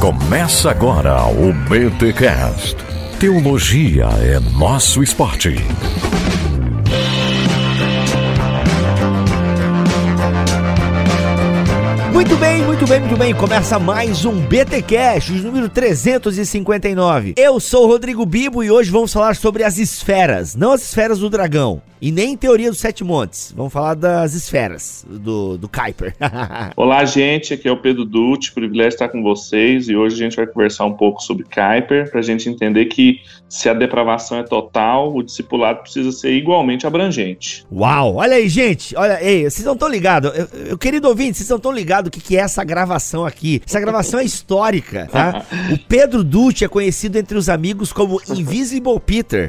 Começa agora o BTcast. Teologia é nosso esporte. Muito bem. Começa mais um BTcast, número 359. Eu sou o Rodrigo Bibo e hoje vamos falar sobre as esferas, não as esferas do dragão. E nem teoria dos 7 montes. Vamos falar das esferas do Kuiper. Olá, gente. Aqui é o Pedro Dutti. Privilégio estar com vocês. E hoje a gente vai conversar um pouco sobre Kuiper, para a gente entender que se a depravação é total, o discipulado precisa ser igualmente abrangente. Uau! Olha aí, gente. Olha, ei, vocês não estão ligados. Eu querido ouvinte, vocês não estão ligados o que é essa gravação aqui. Essa gravação é histórica, tá? O Pedro Dutti é conhecido entre os amigos como Invisible Peter.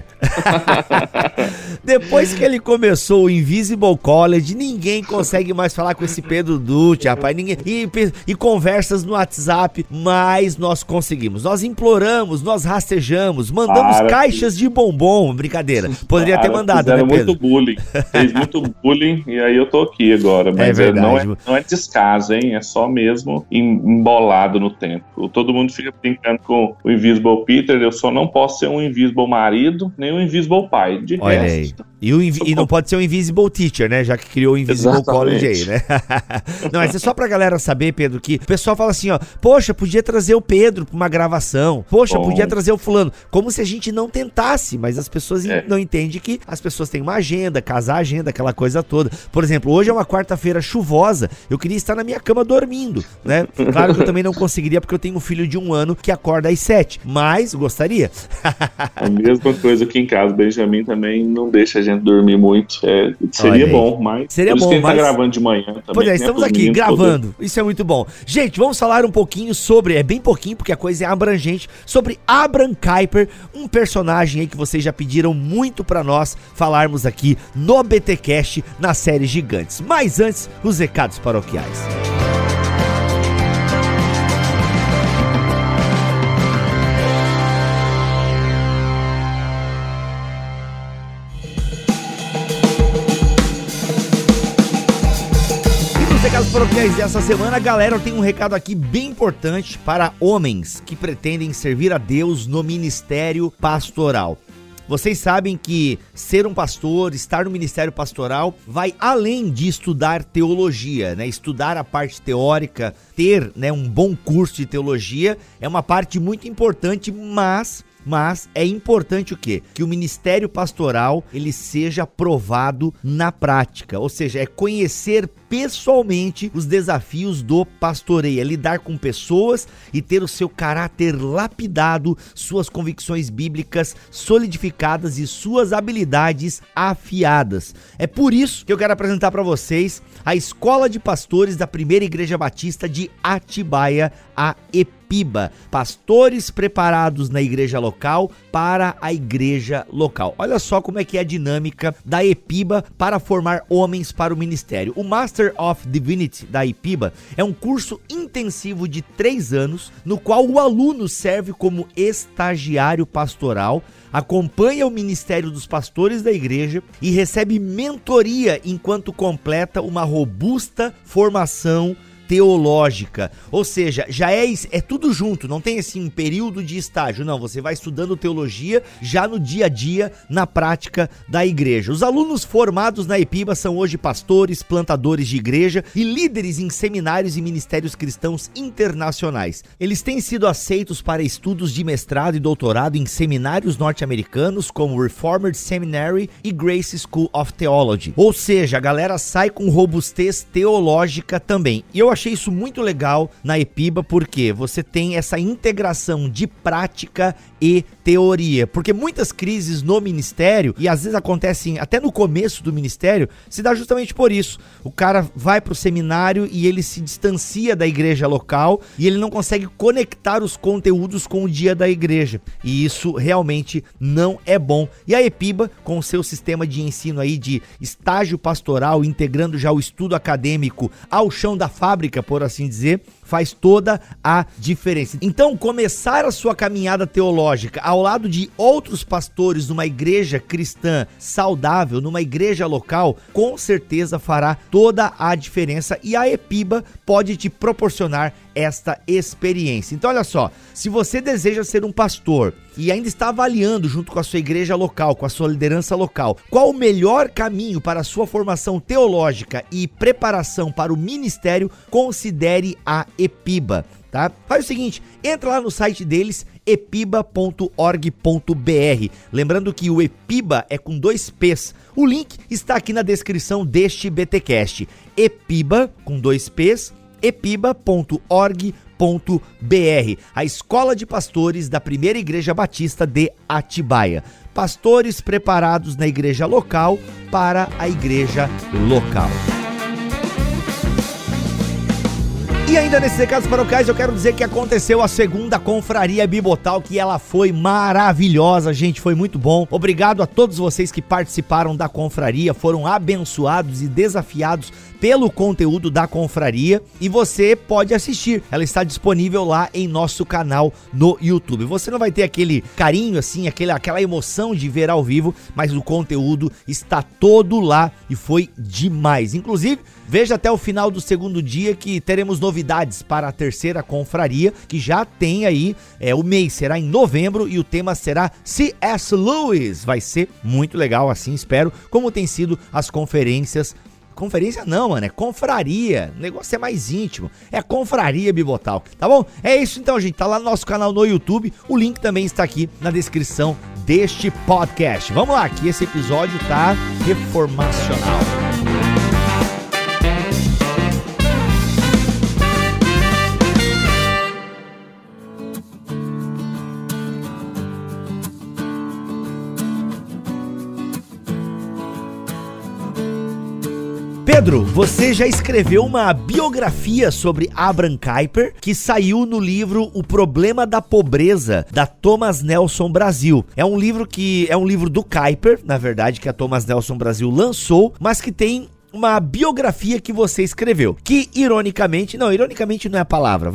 Depois que ele começou o Invisible College, ninguém consegue mais falar com esse Pedro Dutti, rapaz. E conversas no WhatsApp, mas nós conseguimos. Nós imploramos, nós rastejamos, mandamos caixas de bombom. Brincadeira. Poderia ter mandado, né, Pedro? Muito bullying. Fez muito bullying e aí eu tô aqui agora. Mas não é descaso, hein? É só mesmo embolado no tempo. Todo mundo fica brincando com o Invisible Peter. Eu só não posso ser um Invisible marido, nem um Invisible pai. De Olha resto... aí. E não pode ser um Invisible Teacher, né? Já que criou o Invisible College aí, né? Não, mas é só pra galera saber, Pedro, que o pessoal fala assim, ó, poxa, podia trazer o Pedro pra uma gravação, poxa, podia trazer o fulano, como se a gente não tentasse, mas as pessoas não entendem que as pessoas têm uma agenda, casar a agenda, aquela coisa toda. Por exemplo, hoje é uma quarta-feira chuvosa, eu queria estar na minha cama dormindo, né? Claro que eu também não conseguiria porque eu tenho um filho de 1 ano que acorda às 7, mas gostaria. A mesma coisa aqui em casa, Benjamin também não deixa a gente dormir muito. Seria bom, mas seria bom, mas... tá gravando de manhã também. Pois é, estamos aqui gravando. Isso é muito bom. Gente, vamos falar um pouquinho sobre, é bem pouquinho porque a coisa é abrangente, sobre Abraham Kuyper, um personagem aí que vocês já pediram muito pra nós falarmos aqui no BTcast, na série Gigantes. Mas antes, os recados paroquiais. Paroquiais dessa semana, galera, eu tenho um recado aqui bem importante para homens que pretendem servir a Deus no ministério pastoral. Vocês sabem que ser um pastor, estar no ministério pastoral, vai além de estudar teologia, né? Estudar a parte teórica, ter, né, um bom curso de teologia é uma parte muito importante, mas é importante o quê? Que o ministério pastoral, ele seja provado na prática, ou seja, é conhecer pessoalmente os desafios do pastoreio, é lidar com pessoas e ter o seu caráter lapidado, suas convicções bíblicas solidificadas e suas habilidades afiadas. É por isso que eu quero apresentar para vocês a Escola de Pastores da Primeira Igreja Batista de Atibaia, a EPIBA. Pastores preparados na igreja local para a igreja local. Olha só como é que é a dinâmica da EPIBA para formar homens para o ministério. O Master of Divinity da EPIBA é um curso intensivo de 3 anos, no qual o aluno serve como estagiário pastoral, acompanha o ministério dos pastores da igreja e recebe mentoria enquanto completa uma robusta formação teológica, ou seja, já é tudo junto, não tem assim um período de estágio, não, você vai estudando teologia já no dia a dia, na prática da igreja. Os alunos formados na EPIBA são hoje pastores, plantadores de igreja e líderes em seminários e ministérios cristãos internacionais. Eles têm sido aceitos para estudos de mestrado e doutorado em seminários norte-americanos como Reformed Seminary e Grace School of Theology, ou seja, a galera sai com robustez teológica também. E eu achei isso muito legal na EPIBA porque você tem essa integração de prática e teoria, porque muitas crises no ministério, e às vezes acontecem até no começo do ministério, se dá justamente por isso. O cara vai pro seminário e ele se distancia da igreja local e ele não consegue conectar os conteúdos com o dia da igreja, e isso realmente não é bom. E a EPIBA, com o seu sistema de ensino aí de estágio pastoral, integrando já o estudo acadêmico ao chão da fábrica, por assim dizer, faz toda a diferença. Então, começar a sua caminhada teológica ao lado de outros pastores numa igreja cristã saudável, numa igreja local, com certeza fará toda a diferença, e a Epiba pode te proporcionar esta experiência. Então, olha só, se você deseja ser um pastor e ainda está avaliando junto com a sua igreja local, com a sua liderança local, qual o melhor caminho para a sua formação teológica e preparação para o ministério, considere a Epiba, tá? Faz o seguinte, entra lá no site deles, epiba.org.br. Lembrando que o Epiba é com 2 P's. O link está aqui na descrição deste BTcast. Epiba com 2 P's, epiba.org.br, a Escola de Pastores da Primeira Igreja Batista de Atibaia. Pastores preparados na igreja local para a igreja local. E ainda nesses recados paroquiais eu quero dizer que aconteceu a segunda Confraria Bibotal, que ela foi maravilhosa, gente, foi muito bom. Obrigado a todos vocês que participaram da confraria, foram abençoados e desafiados pelo conteúdo da confraria, e você pode assistir, ela está disponível lá em nosso canal no YouTube. Você não vai ter aquele carinho assim, aquela emoção de ver ao vivo, mas o conteúdo está todo lá e foi demais. Inclusive, veja até o final do segundo dia que teremos novidades para a terceira confraria, que já tem aí, o mês será em novembro e o tema será C.S. Lewis. Vai ser muito legal, assim espero, como tem sido as conferências. Conferência não, mano, é confraria, o negócio é mais íntimo, é a Confraria Bibotal, tá bom? É isso então, gente, tá lá no nosso canal no YouTube, o link também está aqui na descrição deste podcast. Vamos lá, que esse episódio tá reformacional. Pedro, você já escreveu uma biografia sobre Abraham Kuyper, que saiu no livro O Problema da Pobreza, da Thomas Nelson Brasil. É um livro do Kuyper, na verdade, que a Thomas Nelson Brasil lançou, mas que tem uma biografia que você escreveu, que ironicamente não é a palavra,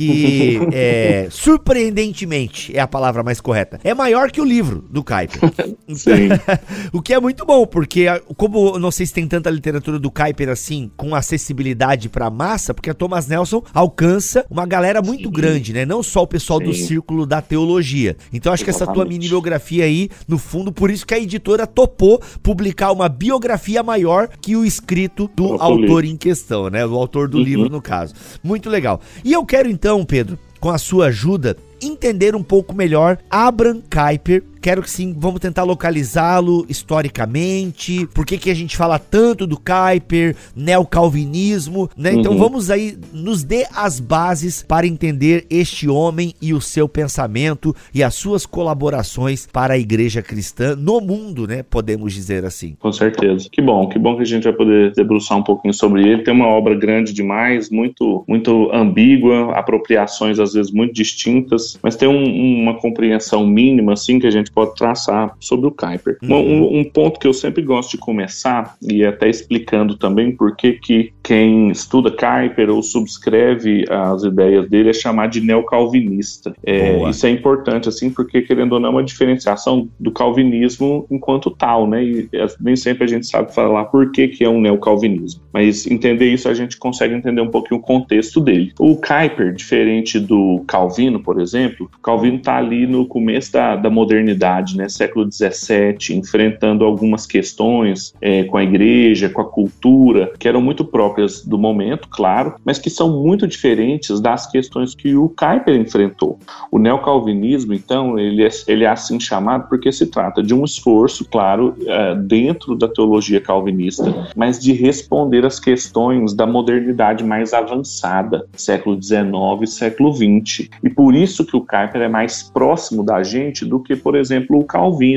surpreendentemente é a palavra mais correta, é maior que o livro do Kuyper. Sim. O que é muito bom, porque como não sei se tem tanta literatura do Kuyper assim, com acessibilidade pra massa, porque a Thomas Nelson alcança uma galera muito grande, né, não só o pessoal do círculo da teologia. Então acho que essa tua mini biografia aí, no fundo, por isso que a editora topou publicar uma biografia maior que o escrito do autor em questão, né? O autor do livro, no caso. Muito legal. E eu quero então, Pedro, com a sua ajuda, entender um pouco melhor Abraham Kuyper. Quero que sim, vamos tentar localizá-lo historicamente, por que a gente fala tanto do Kuyper, neocalvinismo, né? Então vamos aí, nos dê as bases para entender este homem e o seu pensamento e as suas colaborações para a igreja cristã no mundo, né? Podemos dizer assim. Com certeza. Que bom que a gente vai poder debruçar um pouquinho sobre ele. Tem uma obra grande demais, muito ambígua, apropriações às vezes muito distintas, mas tem uma compreensão mínima, assim, que a gente pode traçar sobre o Kuyper. Um ponto que eu sempre gosto de começar, e até explicando também por que quem estuda Kuyper ou subscreve as ideias dele é chamar de neocalvinista. Isso é importante, assim, porque, querendo ou não, é uma diferenciação do calvinismo enquanto tal, né? E nem sempre a gente sabe falar por que é um neocalvinismo. Mas entender isso, a gente consegue entender um pouquinho o contexto dele. O Kuyper, diferente do Calvino, por exemplo, Calvino está ali no começo da modernidade, né, século XVII, enfrentando algumas questões com a igreja, com a cultura, que eram muito próprias do momento, claro, mas que são muito diferentes das questões que o Kuyper enfrentou. O neocalvinismo, então, ele é assim chamado porque se trata de um esforço, claro, dentro da teologia calvinista, mas de responder às questões da modernidade mais avançada, século XIX e século XX. E por isso que o Kuyper é mais próximo da gente do que, por exemplo, o Calvino.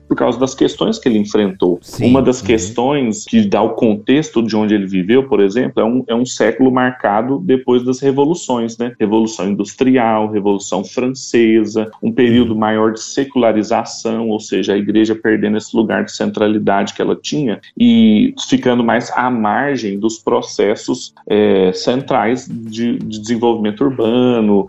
por causa das questões que ele enfrentou. Sim. Uma das questões que dá o contexto de onde ele viveu, por exemplo, é um século marcado depois das revoluções, né? Revolução Industrial, Revolução Francesa, um período maior de secularização, ou seja, a igreja perdendo esse lugar de centralidade que ela tinha e ficando mais à margem dos processos centrais de desenvolvimento urbano,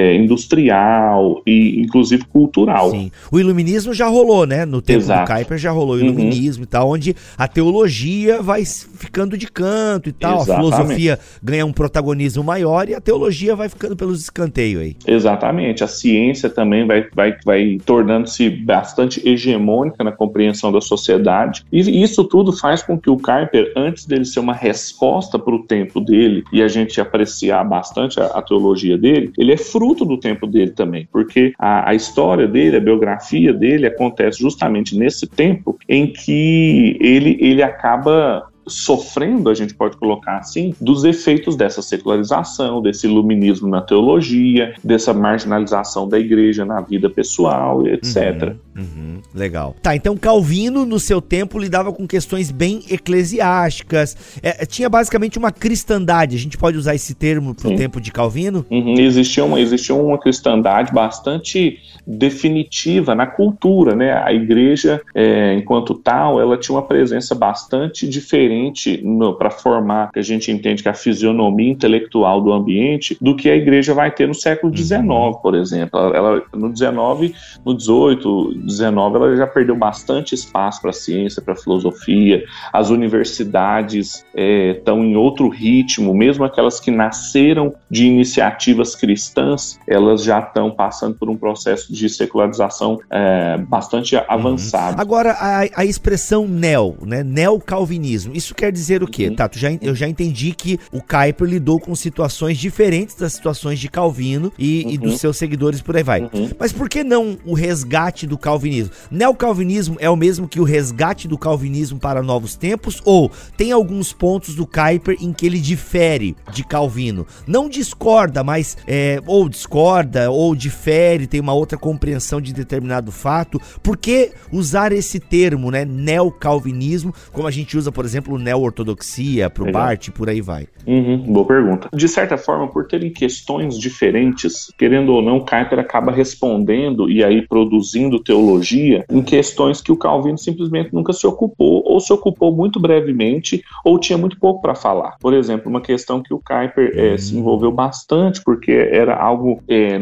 industrial e inclusive cultural. Sim. O iluminismo já rolou, né? No tempo do Kuyper já rolou o iluminismo e tal, onde a teologia vai ficando de canto e tal, a filosofia ganha um protagonismo maior e a teologia vai ficando pelos escanteios aí. Exatamente. A ciência também vai tornando-se bastante hegemônica na compreensão da sociedade. E isso tudo faz com que o Kuyper, antes dele ser uma resposta para o tempo dele e a gente apreciar bastante a teologia dele, ele é fruto do tempo dele também, porque a história dele, a biografia dele acontece justamente nesse tempo em que ele acaba sofrendo, a gente pode colocar assim, dos efeitos dessa secularização, desse iluminismo na teologia, dessa marginalização da igreja na vida pessoal, etc. Legal. Tá, então Calvino, no seu tempo, lidava com questões bem eclesiásticas, tinha basicamente uma cristandade, a gente pode usar esse termo pro tempo de Calvino? Existia uma cristandade bastante definitiva na cultura, né? A igreja, enquanto tal, ela tinha uma presença bastante diferente para formar, que a gente entende que a fisionomia intelectual do ambiente, do que a igreja vai ter no século XIX, por exemplo. Ela, no XIX, no XVIII, XIX, ela já perdeu bastante espaço para a ciência, para a filosofia. As universidades estão em outro ritmo, mesmo aquelas que nasceram de iniciativas cristãs, elas já estão passando por um processo de secularização bastante avançado. Agora, a expressão neocalvinismo, isso quer dizer o quê? Tá, eu já entendi que o Kuyper lidou com situações diferentes das situações de Calvino e dos seus seguidores por aí vai. Mas por que não o resgate do calvinismo? Neocalvinismo é o mesmo que o resgate do calvinismo para novos tempos? Ou tem alguns pontos do Kuyper em que ele difere de Calvino? Não discorda, mas ou discorda, ou difere, tem uma outra compreensão de determinado fato. Por que usar esse termo, né? Neocalvinismo, como a gente usa, por exemplo, neo-ortodoxia, pro Barth, por aí vai. Boa pergunta. De certa forma, por terem questões diferentes, querendo ou não, Kuyper acaba respondendo e aí produzindo teologia em questões que o Calvino simplesmente nunca se ocupou, ou se ocupou muito brevemente, ou tinha muito pouco para falar. Por exemplo, uma questão que o Kuyper se envolveu bastante, porque era algo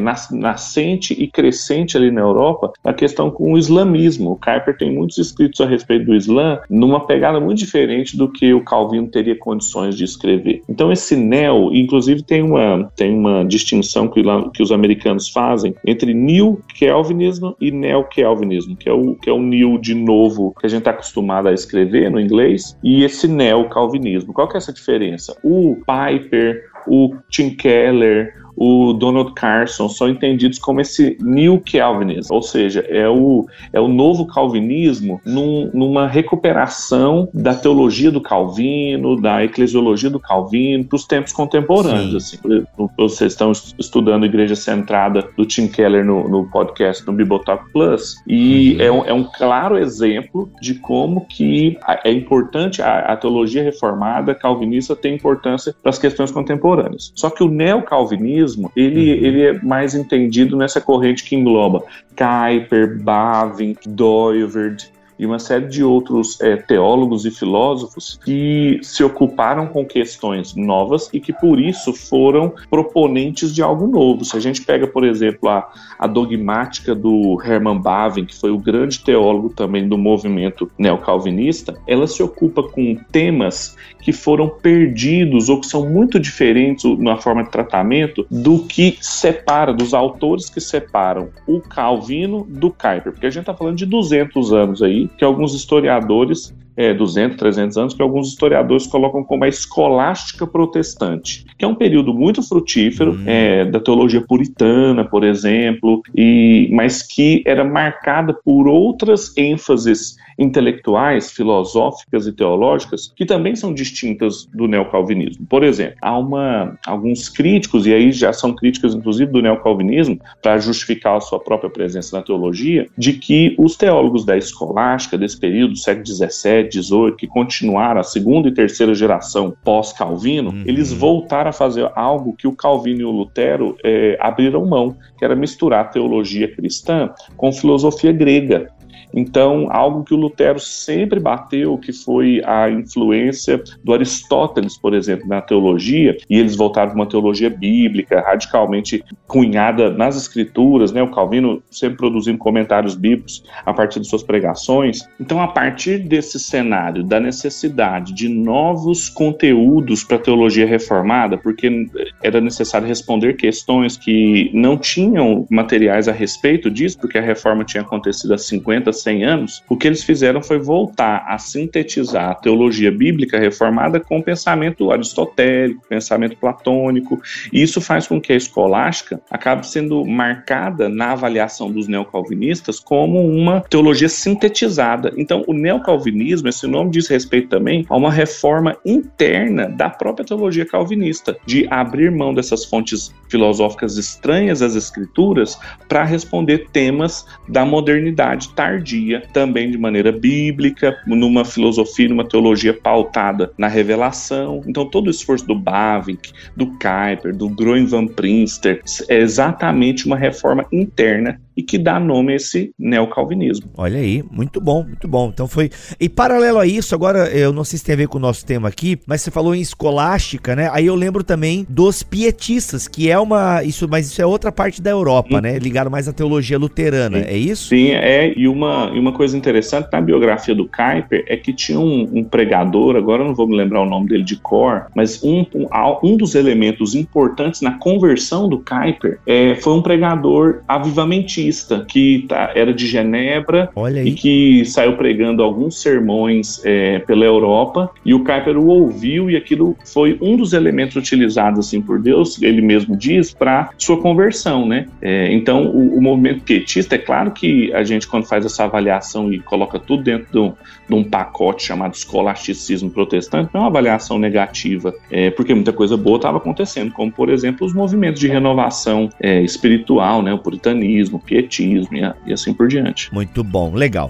nascente e crescente ali na Europa, a questão com o islamismo. O Kuyper tem muitos escritos a respeito do Islã, numa pegada muito diferente do que o Calvino teria condições de escrever. Então esse neo, inclusive tem uma distinção que os americanos fazem entre New Calvinismo e Neo Calvinismo, que é o new de novo que a gente está acostumado a escrever no inglês, e esse Neo Calvinismo. Qual que é essa diferença? O Piper, o Tim Keller, o Donald Carson são entendidos como esse New Calvinism, ou seja, é o novo calvinismo numa recuperação da teologia do Calvino, da eclesiologia do Calvino para os tempos contemporâneos. Assim. Vocês estão estudando Igreja Centrada do Tim Keller no podcast, no Bibotalk Plus, e é um claro exemplo de como que é importante a teologia reformada calvinista tem importância para as questões contemporâneas. Só que o neocalvinismo ele é mais entendido nessa corrente que engloba Kuyper, Bavinck, Dooyeweerd e uma série de outros teólogos e filósofos que se ocuparam com questões novas e que por isso foram proponentes de algo novo. Se a gente pega, por exemplo, a dogmática do Herman Bavinck, que foi o grande teólogo também do movimento neocalvinista, ela se ocupa com temas que foram perdidos ou que são muito diferentes na forma de tratamento do que separa, dos autores que separam o Calvino do Kuyper, porque a gente está falando de 200 anos aí, que alguns historiadores 200, 300 anos, que alguns historiadores colocam como a escolástica protestante, que é um período muito frutífero da teologia puritana, por exemplo, mas que era marcada por outras ênfases intelectuais, filosóficas e teológicas que também são distintas do neocalvinismo. Por exemplo, há alguns críticos, e aí já são críticas inclusive do neocalvinismo, para justificar a sua própria presença na teologia, de que os teólogos da escolástica desse período, século XVII, XVIII, que continuaram a segunda e terceira geração pós-Calvino, eles voltaram a fazer algo que o Calvino e o Lutero abriram mão, que era misturar a teologia cristã com filosofia grega. Então, algo que o Lutero sempre bateu, que foi a influência do Aristóteles, por exemplo, na teologia, e eles voltaram para uma teologia bíblica, radicalmente cunhada nas escrituras, né? O Calvino sempre produzindo comentários bíblicos a partir de suas pregações. Então, a partir desse cenário da necessidade de novos conteúdos para a teologia reformada, porque era necessário responder questões que não tinham materiais a respeito disso, porque a reforma tinha acontecido há 50, 100 anos, o que eles fizeram foi voltar a sintetizar a teologia bíblica reformada com o pensamento aristotélico, pensamento platônico, e isso faz com que a escolástica acabe sendo marcada na avaliação dos neocalvinistas como uma teologia sintetizada. Então, o neocalvinismo, esse nome diz respeito também a uma reforma interna da própria teologia calvinista, de abrir mão dessas fontes filosóficas estranhas às escrituras para responder temas da modernidade tardia, também de maneira bíblica, numa filosofia, numa teologia pautada na revelação. Então, todo o esforço do Bavinck, do Kuyper, do Groen van Prinster, é exatamente uma reforma interna e que dá nome a esse neocalvinismo. Olha aí, muito bom, muito bom. Então foi... E paralelo a isso, agora, eu não sei se tem a ver com o nosso tema aqui, mas você falou em escolástica, né? Aí eu lembro também dos pietistas, que é mas isso é outra parte da Europa, né? Ligado mais à teologia luterana, é isso? Sim, e uma coisa interessante na biografia do Kuyper é que tinha um pregador, agora eu não vou me lembrar o nome dele de cor, mas um dos elementos importantes na conversão do Kuyper foi um pregador avivamentista, que era de Genebra e que saiu pregando alguns sermões pela Europa, e o Kuyper o ouviu, e aquilo foi um dos elementos utilizados assim por Deus, ele mesmo diz, para sua conversão, né? Então o movimento pietista, é claro que a gente, quando faz essa avaliação e coloca tudo dentro de um pacote chamado escolasticismo protestante, não é uma avaliação negativa, porque muita coisa boa estava acontecendo, como por exemplo os movimentos de renovação espiritual, né? O puritanismo, o pietismo e assim por diante. Muito bom, legal.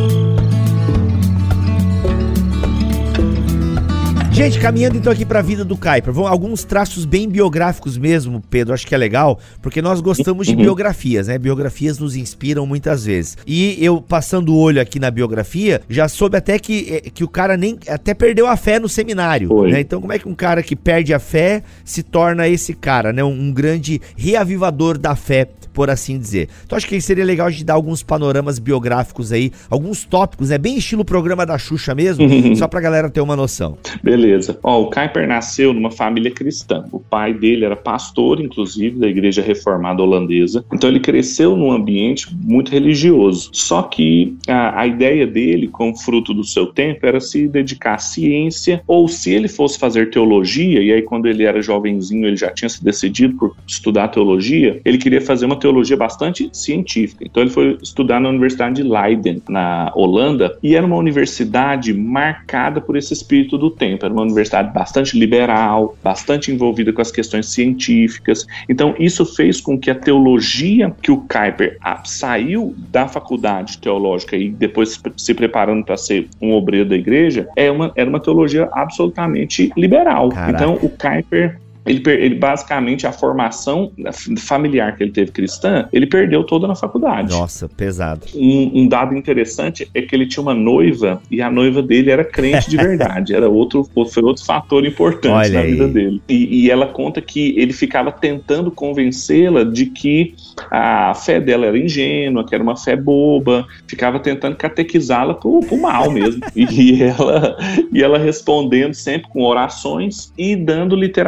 Gente, caminhando então aqui para a vida do Kuyper, alguns traços bem biográficos mesmo, Pedro, acho que é legal, porque nós gostamos de biografias, né? Biografias nos inspiram muitas vezes. E eu, passando o olho aqui na biografia, já soube até que o cara até perdeu a fé no seminário, né? Então como é que um cara que perde a fé se torna esse cara, né? Um grande reavivador da fé, por assim dizer. Então acho que seria legal a gente dar alguns panoramas biográficos aí, alguns tópicos, né? Bem estilo programa da Xuxa mesmo, só pra galera ter uma noção. Beleza. O Kuyper nasceu numa família cristã. O pai dele era pastor, inclusive, da igreja reformada holandesa. Então ele cresceu num ambiente muito religioso. Só que a ideia dele, como fruto do seu tempo, era se dedicar à ciência, ou se ele fosse fazer teologia, e aí quando ele era jovenzinho ele já tinha se decidido por estudar teologia, ele queria fazer uma teologia bastante científica. Então ele foi estudar na Universidade de Leiden, na Holanda, e era uma universidade marcada por esse espírito do tempo. Era uma universidade bastante liberal, bastante envolvida com as questões científicas. Então isso fez com que a teologia que o Kuyper saiu da faculdade teológica e depois se preparando para ser um obreiro da igreja, era uma teologia absolutamente liberal. Caraca. Então o Kuyper, ele basicamente, a formação familiar que ele teve cristã, ele perdeu toda na faculdade. Nossa, pesado. Um dado interessante é que ele tinha uma noiva, e a noiva dele era crente de verdade. Foi outro fator importante na vida dele. E ela conta que ele ficava tentando convencê-la de que a fé dela era ingênua, que era uma fé boba, ficava tentando catequizá-la pro mal mesmo. E ela respondendo sempre com orações e dando literatura para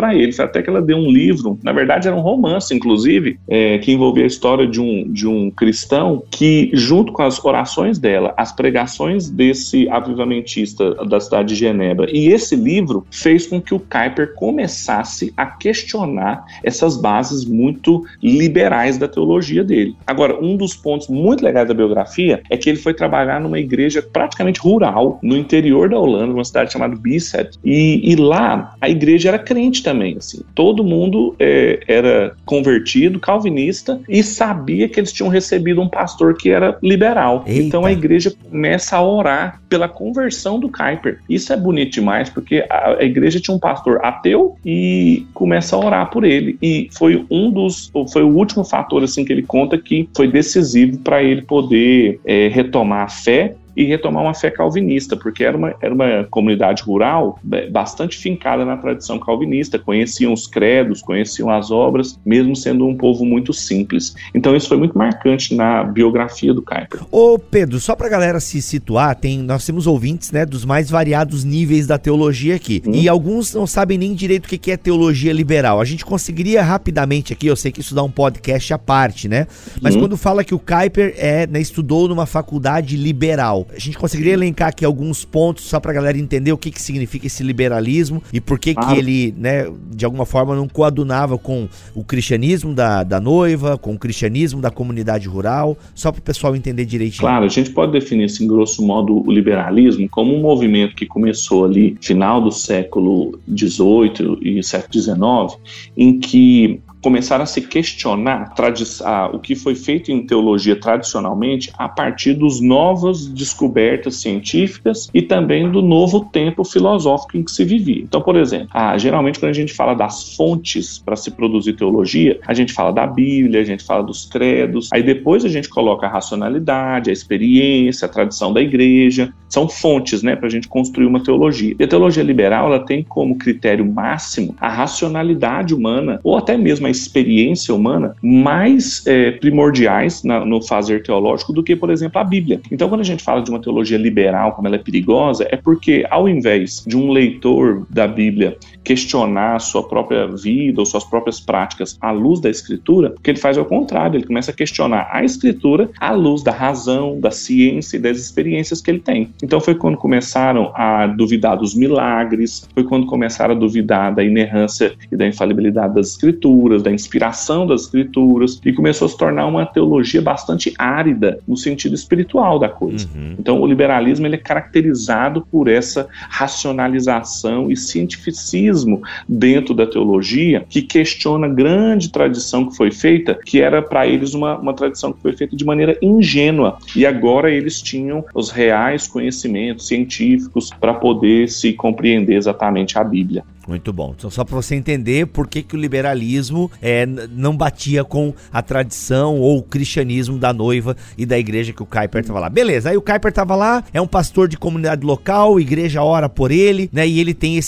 para ele. Foi até que ela deu um livro, na verdade era um romance, inclusive, que envolvia a história de um cristão que, junto com as orações dela, as pregações desse avivamentista da cidade de Genebra, e esse livro fez com que o Kuyper começasse a questionar essas bases muito liberais da teologia dele. Agora, um dos pontos muito legais da biografia é que ele foi trabalhar numa igreja praticamente rural, no interior da Holanda, uma cidade chamada Bissed, e lá a igreja era crente também, assim. Todo mundo era convertido, calvinista, e sabia que eles tinham recebido um pastor que era liberal. Eita. Então a igreja começa a orar pela conversão do Kuyper. Isso é bonito demais, porque a igreja tinha um pastor ateu e começa a orar por ele. E foi o último fator assim que ele conta que foi decisivo para ele poder retomar a fé e retomar uma fé calvinista, porque era uma comunidade rural bastante fincada na tradição calvinista, conheciam os credos, conheciam as obras, mesmo sendo um povo muito simples. Então isso foi muito marcante na biografia do Kuyper. Ô Pedro, só pra galera se situar, nós temos ouvintes, né, dos mais variados níveis da teologia aqui, e alguns não sabem nem direito o que é teologia liberal. A gente conseguiria rapidamente aqui, eu sei que isso dá um podcast à parte, né, mas quando fala que o Kuyper estudou numa faculdade liberal, a gente conseguiria elencar aqui alguns pontos só pra galera entender o que significa esse liberalismo e por que ele, né, de alguma forma não coadunava com o cristianismo da noiva, com o cristianismo da comunidade rural, só pro pessoal entender direitinho. Claro, a gente pode definir, assim, grosso modo, o liberalismo como um movimento que começou ali, final do século XVIII e século XIX, em que começaram a se questionar o que foi feito em teologia tradicionalmente a partir das novas descobertas científicas e também do novo tempo filosófico em que se vivia. Então, por exemplo, geralmente quando a gente fala das fontes para se produzir teologia, a gente fala da Bíblia, a gente fala dos credos, aí depois a gente coloca a racionalidade, a experiência, a tradição da igreja, são fontes, né, para a gente construir uma teologia. E a teologia liberal, ela tem como critério máximo a racionalidade humana, ou até mesmo a experiência humana, mais primordiais no fazer teológico do que, por exemplo, a Bíblia. Então, quando a gente fala de uma teologia liberal, como ela é perigosa, é porque, ao invés de um leitor da Bíblia questionar a sua própria vida ou suas próprias práticas à luz da Escritura, o que ele faz é o contrário, ele começa a questionar a Escritura à luz da razão, da ciência e das experiências que ele tem. Então foi quando começaram a duvidar dos milagres, foi quando começaram a duvidar da inerrância e da infalibilidade das Escrituras, da inspiração das Escrituras, e começou a se tornar uma teologia bastante árida no sentido espiritual da coisa. Então o liberalismo, ele é caracterizado por essa racionalização e cientificismo dentro da teologia, que questiona a grande tradição que foi feita, que era para eles uma tradição que foi feita de maneira ingênua, e agora eles tinham os reais conhecimentos científicos para poder se compreender exatamente a Bíblia. Muito bom. Então, só para você entender por que o liberalismo não batia com a tradição ou o cristianismo da noiva e da igreja que o Kuyper estava lá. Beleza, aí o Kuyper estava lá, é um pastor de comunidade local, a igreja ora por ele, né, e ele tem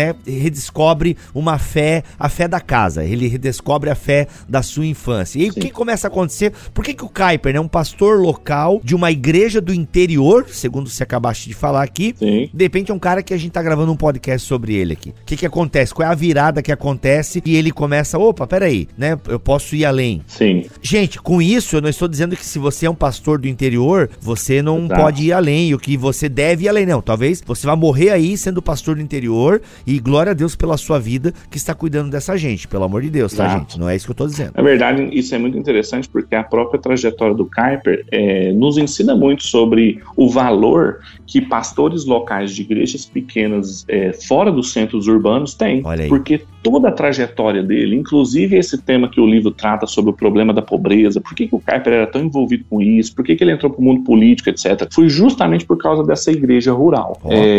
redescobre uma fé, a fé da casa, ele redescobre a fé da sua infância. E aí, o que começa a acontecer? Por que o Kuyper, né, um pastor local de uma igreja do interior, segundo você acabaste de falar aqui, de repente é um cara que a gente tá gravando um podcast sobre ele aqui. O que acontece? Qual é a virada que acontece? E ele começa, peraí, né? Eu posso ir além. Sim. Gente, com isso, eu não estou dizendo que se você é um pastor do interior, você não pode ir além, e o que você deve ir além, não. Talvez você vá morrer aí sendo pastor do interior, e glória a Deus pela sua vida que está cuidando dessa gente, pelo amor de Deus, tá, gente? Não é isso que eu tô dizendo. Na verdade, isso é muito interessante, porque a própria trajetória do Kuyper nos ensina muito sobre o valor que pastores locais de igrejas pequenas fora dos centros urbanos têm, porque toda a trajetória dele, inclusive esse tema que o livro trata sobre o problema da pobreza, por que o Kuyper era tão envolvido com isso, por que ele entrou para o mundo político, etc., foi justamente por causa dessa igreja rural.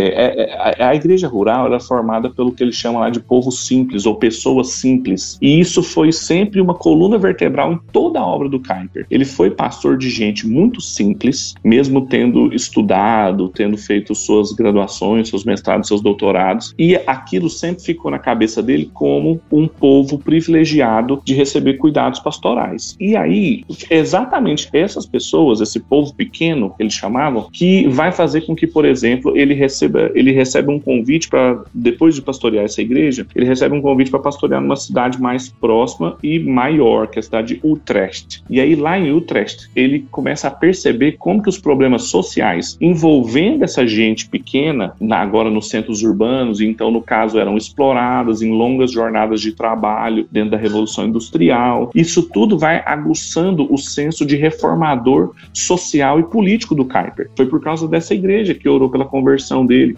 A igreja rural era formada pelo que ele chama lá de povo simples, ou pessoas simples, e isso foi sempre uma coluna vertebral em toda a obra do Kuyper. Ele foi pastor de gente muito simples, mesmo tendo estudado, tendo feito suas graduações, seus mestrados, seus doutorados, e aquilo sempre ficou na cabeça dele como um povo privilegiado de receber cuidados pastorais. E aí, exatamente essas pessoas, esse povo pequeno, que eles chamavam, que vai fazer com que, por exemplo, ele recebe um convite para, depois de pastorear essa igreja, ele recebe um convite para pastorear numa cidade mais próxima e maior, que é a cidade de Utrecht. E aí, lá em Utrecht, ele começa a perceber como que os problemas sociais envolvendo essa gente pequena, agora nos centros urbanos, e então, no caso, eram exploradas em longas jornadas de trabalho dentro da Revolução Industrial. Isso tudo vai aguçando o senso de reformador social e político do Kuyper. Foi por causa dessa igreja que orou pela conversão dele,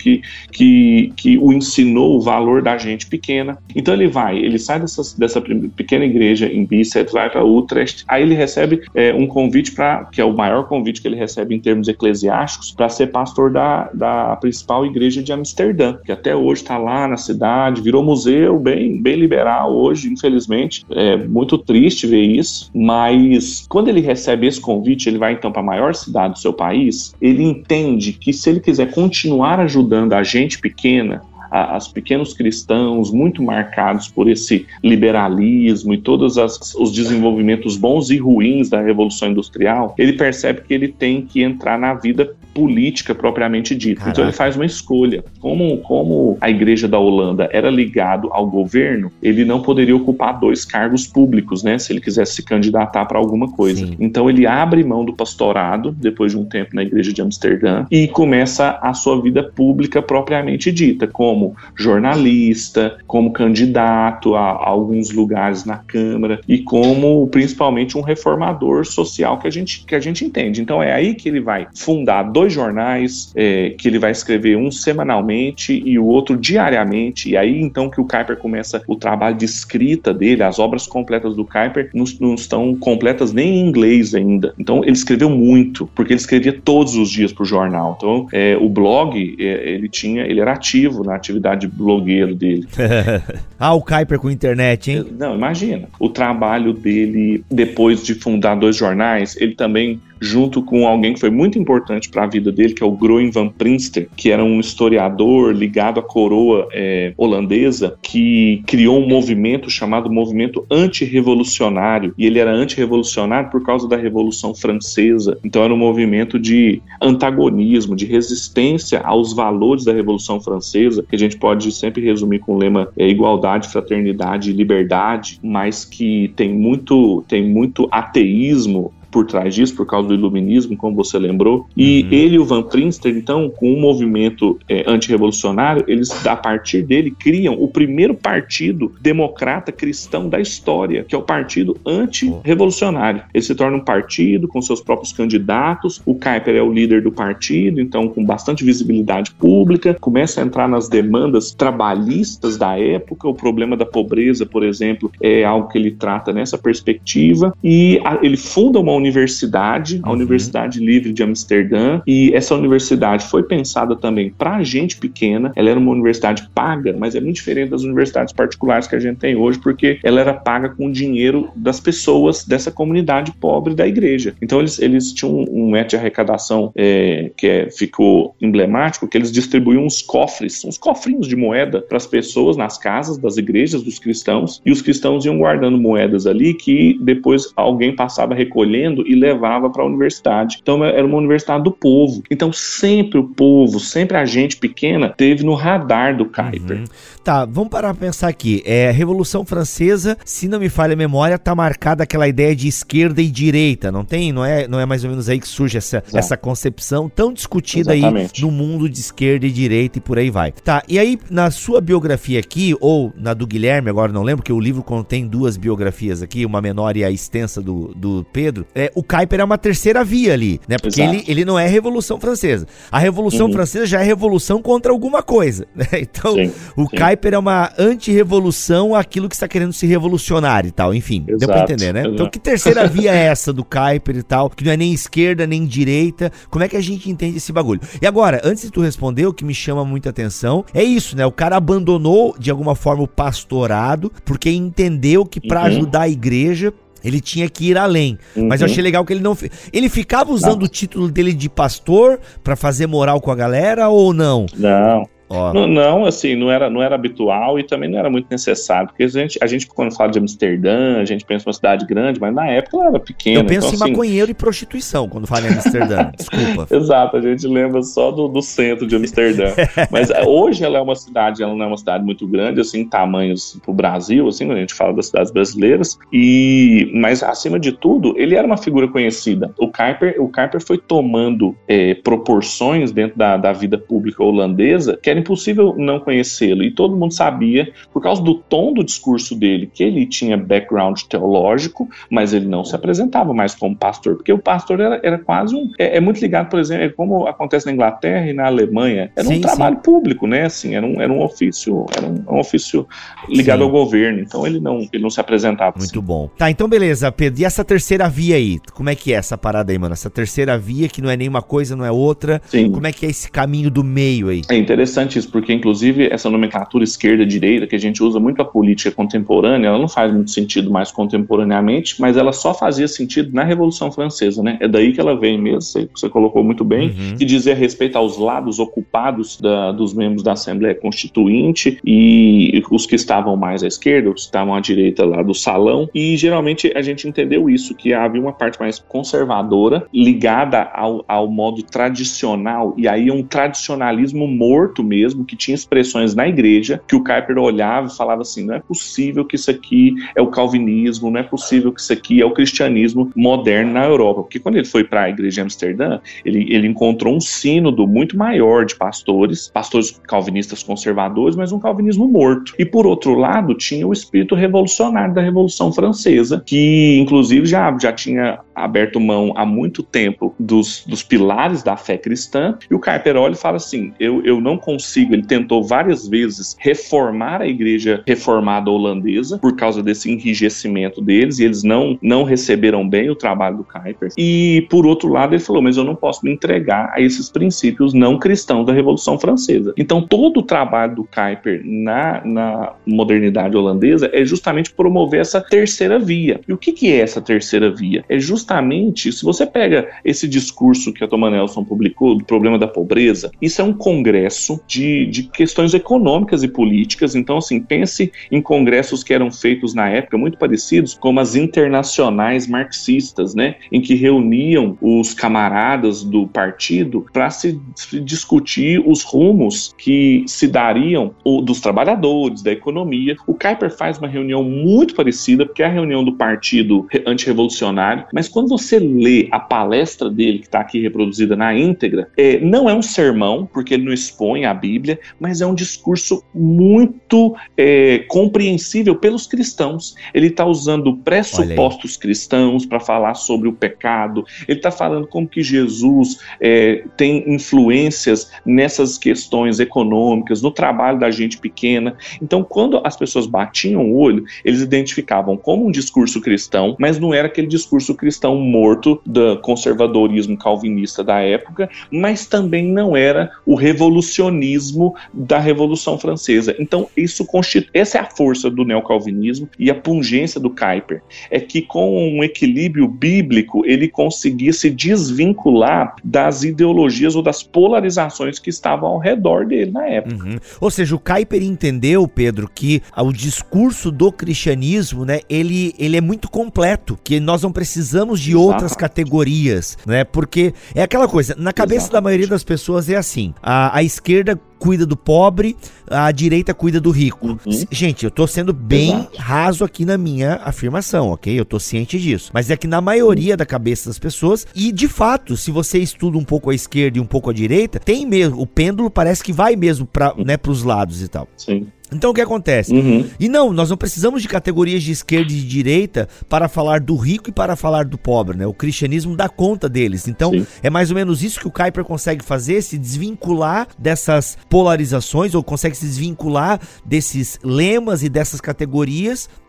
que o ensinou o valor da gente pequena. Então ele sai dessa pequena igreja em Bisset, vai para Utrecht, aí ele recebe um convite que é o maior convite que ele recebe em termos eclesiásticos, para ser pastor da principal igreja de Amsterdã, que até hoje está lá na cidade, virou museu, bem liberal hoje, infelizmente. É muito triste ver isso, mas quando ele recebe esse convite, ele vai então para a maior cidade do seu país, ele entende que se ele quiser continuar ajudando a gente pequena, os pequenos cristãos muito marcados por esse liberalismo e todos os desenvolvimentos bons e ruins da Revolução Industrial, ele percebe que ele tem que entrar na vida política propriamente dita. Caraca. Então ele faz uma escolha. Como a igreja da Holanda era ligado ao governo, ele não poderia ocupar 2 cargos públicos, né, se ele quisesse se candidatar para alguma coisa. Sim. Então ele abre mão do pastorado, depois de um tempo na igreja de Amsterdã, e começa a sua vida pública propriamente dita, como jornalista, como candidato a alguns lugares na Câmara e como principalmente um reformador social que a gente entende. Então é aí que ele vai fundar 2 jornais, que ele vai escrever um semanalmente e o outro diariamente, e aí então que o Kuyper começa o trabalho de escrita dele. As obras completas do Kuyper não estão completas nem em inglês ainda. Então ele escreveu muito, porque ele escrevia todos os dias para o jornal. Então o blog, ele era ativo na atividade blogueiro dele. O Kuyper com internet, hein? Não, imagina. O trabalho dele, depois de fundar 2 jornais, ele também, junto com alguém que foi muito importante para a vida dele, que é o Groen van Prinster, que era um historiador ligado à coroa holandesa, que criou um movimento chamado movimento antirrevolucionário, e ele era antirrevolucionário por causa da Revolução Francesa. Então era um movimento de antagonismo, de resistência aos valores da Revolução Francesa, que a gente pode sempre resumir com o lema igualdade, fraternidade e liberdade, mas que tem muito ateísmo por trás disso, por causa do iluminismo, como você lembrou. E ele e o Van Prinster, então, com um movimento antirrevolucionário, eles, a partir dele, criam o primeiro partido democrata cristão da história, que é o Partido Antirrevolucionário. Ele se torna um partido com seus próprios candidatos. O Kuyper é o líder do partido, então, com bastante visibilidade pública, começa a entrar nas demandas trabalhistas da época. O problema da pobreza, por exemplo, é algo que ele trata nessa perspectiva, e ele funda uma universidade, a Universidade Livre de Amsterdã, e essa universidade foi pensada também para gente pequena. Ela era uma universidade paga, mas é muito diferente das universidades particulares que a gente tem hoje, porque ela era paga com o dinheiro das pessoas dessa comunidade pobre da igreja. Então eles tinham um método de arrecadação ficou emblemático, que eles distribuíam uns cofrinhos de moeda para as pessoas nas casas das igrejas dos cristãos, e os cristãos iam guardando moedas ali que depois alguém passava recolhendo e levava para a universidade. Então era uma universidade do povo. Então sempre o povo, sempre a gente pequena teve no radar do Kuyper. Tá, vamos parar para pensar aqui. A Revolução Francesa, se não me falha a memória, tá marcada aquela ideia de esquerda e direita, não tem? Não é mais ou menos aí que surge essa concepção tão discutida aí no mundo de esquerda e direita e por aí vai. Tá, e aí na sua biografia aqui, ou na do Guilherme, agora não lembro, porque o livro contém 2 biografias aqui, uma menor e a extensa do Pedro, o Kuyper é uma terceira via ali, né? Porque ele não é Revolução Francesa. A Revolução Francesa já é revolução contra alguma coisa, né? Então, o Kuyper é uma anti-revolução àquilo que está querendo se revolucionar e tal, enfim, deu pra entender, né? Então, que terceira via é essa do Kuyper e tal, que não é nem esquerda, nem direita? Como é que a gente entende esse bagulho? E agora, antes de tu responder, o que me chama muita atenção é isso, né? O cara abandonou, de alguma forma, o pastorado, porque entendeu que para ajudar a igreja ele tinha que ir além, mas eu achei legal que ele não... Ele ficava usando o título dele de pastor pra fazer moral com a galera ou não? Não. Não, assim, não era habitual e também não era muito necessário, porque a gente quando fala de Amsterdã, a gente pensa em uma cidade grande, mas na época ela era pequena. Eu penso então, em maconheiro e prostituição quando falo em Amsterdã, desculpa. Exato, a gente lembra só do centro de Amsterdã. Mas hoje ela não é uma cidade muito grande, assim, em tamanhos pro Brasil, assim, quando a gente fala das cidades brasileiras, mas acima de tudo, ele era uma figura conhecida. O Kuyper foi tomando proporções dentro da vida pública holandesa que era impossível não conhecê-lo, e todo mundo sabia, por causa do tom do discurso dele, que ele tinha background teológico, mas ele não se apresentava mais como pastor, porque o pastor era quase é muito ligado, por exemplo, como acontece na Inglaterra e na Alemanha, era um trabalho público, né, assim, era um ofício ligado ao governo, então ele não se apresentava. Muito bom. Tá, então beleza, Pedro, e essa terceira via aí, como é que é essa parada aí, mano? Essa terceira via que não é nenhuma coisa, não é outra, como é que é esse caminho do meio aí? É interessante isso, porque inclusive essa nomenclatura esquerda-direita, que a gente usa muito a política contemporânea, ela não faz muito sentido mais contemporaneamente, mas ela só fazia sentido na Revolução Francesa, né? É daí que ela vem mesmo, você colocou muito bem, que dizia respeito aos lados ocupados dos membros da Assembleia Constituinte e os que estavam mais à esquerda, os que estavam à direita lá do salão, e geralmente a gente entendeu isso, que havia uma parte mais conservadora, ligada ao modo tradicional, e aí um tradicionalismo morto mesmo, que tinha expressões na igreja, que o Kuyper olhava e falava assim, não é possível que isso aqui é o calvinismo, não é possível que isso aqui é o cristianismo moderno na Europa, porque quando ele foi para a igreja de Amsterdã, ele encontrou um sínodo muito maior de pastores calvinistas conservadores, mas um calvinismo morto. E por outro lado, tinha o espírito revolucionário da Revolução Francesa, que inclusive já tinha aberto mão há muito tempo dos pilares da fé cristã, e o Kuyper olha e fala assim, eu não consigo, ele tentou várias vezes reformar a igreja reformada holandesa, por causa desse enrijecimento deles, e eles não receberam bem o trabalho do Kuyper, e por outro lado ele falou, mas eu não posso me entregar a esses princípios não cristãos da Revolução Francesa. Então todo o trabalho do Kuyper na modernidade holandesa é justamente promover essa terceira via. E o que é essa terceira via? É justamente, se você pega esse discurso que a Thomas Nelson publicou, do problema da pobreza, isso é um congresso de questões econômicas e políticas. Então, assim, pense em congressos que eram feitos na época, muito parecidos, como as internacionais marxistas, né, em que reuniam os camaradas do partido para se discutir os rumos que se dariam dos trabalhadores, da economia. O Kuyper faz uma reunião muito parecida, porque é a reunião do partido antirrevolucionário, mas quando você lê a palestra dele, que está aqui reproduzida na íntegra, não é um sermão, porque ele não expõe a Bíblia, mas é um discurso muito compreensível pelos cristãos. Ele está usando pressupostos cristãos para falar sobre o pecado, ele está falando como que Jesus tem influências nessas questões econômicas, no trabalho da gente pequena. Então, quando as pessoas batiam o olho, eles identificavam como um discurso cristão, mas não era aquele discurso cristão morto do conservadorismo calvinista da época, mas também não era o revolucionismo da Revolução Francesa. Então, essa é a força do neocalvinismo e a pungência do Kuyper, é que com um equilíbrio bíblico, ele conseguia se desvincular das ideologias ou das polarizações que estavam ao redor dele na época. Ou seja, o Kuyper entendeu, Pedro, que o discurso do cristianismo, né, ele é muito completo, que nós não precisamos de outras categorias, né, porque é aquela coisa, na cabeça da maioria das pessoas é assim, a esquerda cuida do pobre, a direita cuida do rico. Gente, eu tô sendo bem raso aqui na minha afirmação, ok? Eu tô ciente disso. Mas é que na maioria da cabeça das pessoas, e de fato, se você estuda um pouco a esquerda e um pouco a direita, tem mesmo, o pêndulo parece que vai mesmo para, né, pros lados e tal. Sim. Então o que acontece? E não, nós não precisamos de categorias de esquerda e de direita para falar do rico e para falar do pobre, né? O cristianismo dá conta deles. Então é mais ou menos isso que o Kuyper consegue fazer, se desvincular dessas polarizações, ou consegue se desvincular desses lemas e dessas categorias,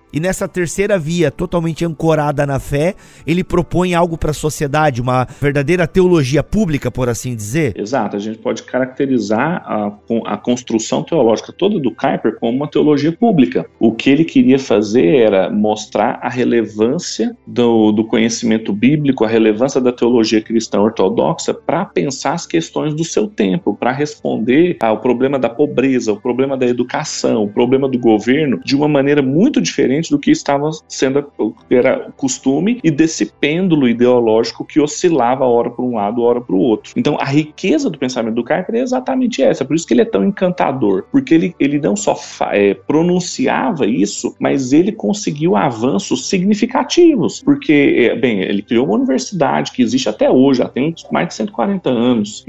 E nessa terceira via, totalmente ancorada na fé, ele propõe algo para a sociedade, uma verdadeira teologia pública, por assim dizer? Exato, a gente pode caracterizar a construção teológica toda do Kuyper como uma teologia pública. O que ele queria fazer era mostrar a relevância do conhecimento bíblico, a relevância da teologia cristã ortodoxa para pensar as questões do seu tempo, para responder ao problema da pobreza, o problema da educação, o problema do governo, de uma maneira muito diferente do que estava sendo, era o costume, e desse pêndulo ideológico que oscilava hora para um lado, hora para o outro. Então, a riqueza do pensamento do Kuyper é exatamente essa, por isso que ele é tão encantador, porque ele não só pronunciava isso, mas ele conseguiu avanços significativos, porque, bem, ele criou uma universidade que existe até hoje, já tem mais de 140 anos,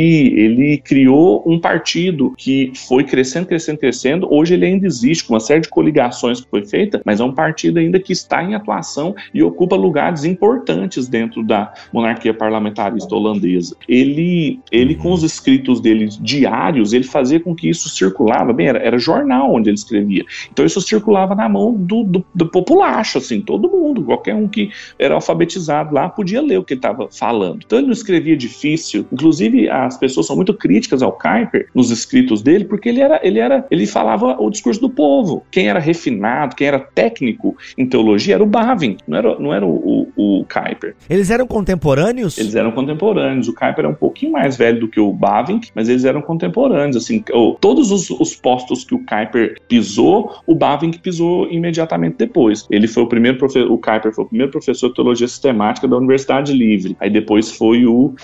ele criou um partido que foi crescendo, hoje ele ainda existe, com uma série de coligações que foi feita, mas é um partido ainda que está em atuação e ocupa lugares importantes dentro da monarquia parlamentarista holandesa. Ele com os escritos dele diários, ele fazia com que isso circulava, bem, era jornal onde ele escrevia, então isso circulava na mão do populacho, assim, todo mundo, qualquer um que era alfabetizado lá podia ler o que ele estava falando. Então ele não escrevia difícil, inclusive as pessoas são muito críticas ao Kuyper nos escritos dele, porque ele falava o discurso do povo. Quem era refinado, quem era técnico em teologia era o Bavinck, não era o Kuyper. Eles eram contemporâneos? Eles eram contemporâneos. O Kuyper é um pouquinho mais velho do que o Bavinck, mas eles eram contemporâneos. Assim, todos os postos que o Kuyper pisou, o Bavinck pisou imediatamente depois. Ele foi o Kuyper foi o primeiro professor de teologia sistemática da Universidade Livre. Aí depois foi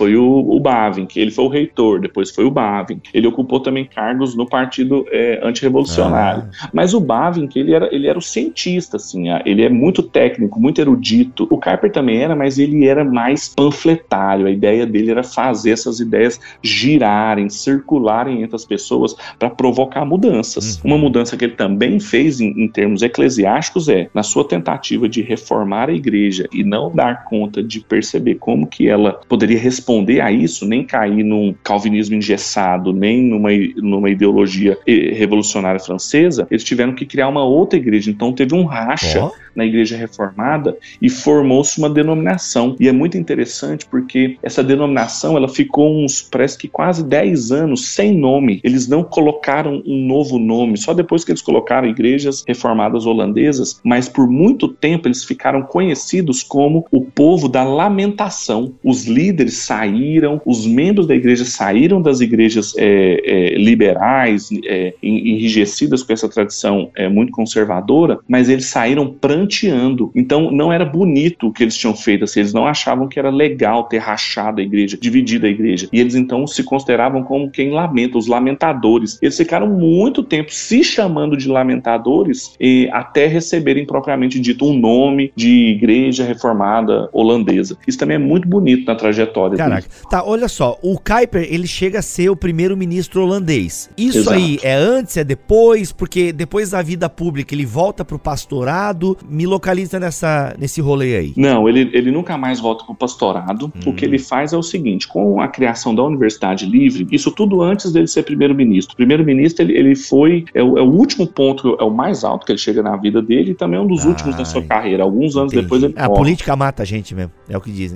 o Bavinck. Ele foi o reitor, depois foi o Bavinck. Ele ocupou também cargos no partido antirrevolucionário. Mas o Bavinck, ele era o cientista, assim, ele é muito técnico, muito erudito. O Kuyper também era, mas ele era mais panfletário. A ideia dele era fazer essas ideias girarem, circularem entre as pessoas para provocar mudanças. Uma mudança que ele também fez em termos eclesiásticos na sua tentativa de reformar a igreja e não dar conta de perceber como que ela poderia responder a isso, nem cair num calvinismo engessado, nem numa ideologia revolucionária francesa, eles tiveram que criar uma outra igreja. Então teve um racha na igreja reformada e formou-se uma denominação. E é muito interessante porque essa denominação, ela ficou parece que quase 10 anos sem nome. Eles não colocaram um novo nome, só depois que eles colocaram igrejas reformadas holandesas, mas por muito tempo eles ficaram conhecidos como o povo da lamentação. Os líderes saíram, os membros da igreja saíram das igrejas liberais, enrijecidas com essa tradição muito conservadora, mas eles saíram pranteando. Então não era bonito o que eles tinham feito, assim, eles não achavam que era legal ter rachado a igreja, dividido a igreja, e eles então se consideravam como quem lamenta, os lamentadores. Eles ficaram muito tempo se chamando de lamentadores até receberem propriamente dito um nome de igreja reformada holandesa. Isso também é muito bonito na trajetória dele. Caraca, tá, olha só, o Kuyper, ele chega a ser o primeiro-ministro holandês. Isso Exato. Aí é antes, é depois? Porque depois da vida pública ele volta pro pastorado. Me localiza nesse rolê aí. Não, ele nunca mais volta pro pastorado. O que ele faz é o seguinte, com a criação da Universidade Livre, isso tudo antes dele ser primeiro-ministro. O primeiro-ministro, ele foi, é o último ponto, é o mais alto que ele chega na vida dele e também é um dos últimos da sua carreira. Alguns anos depois ele morre. A política mata a gente mesmo, é o que dizem.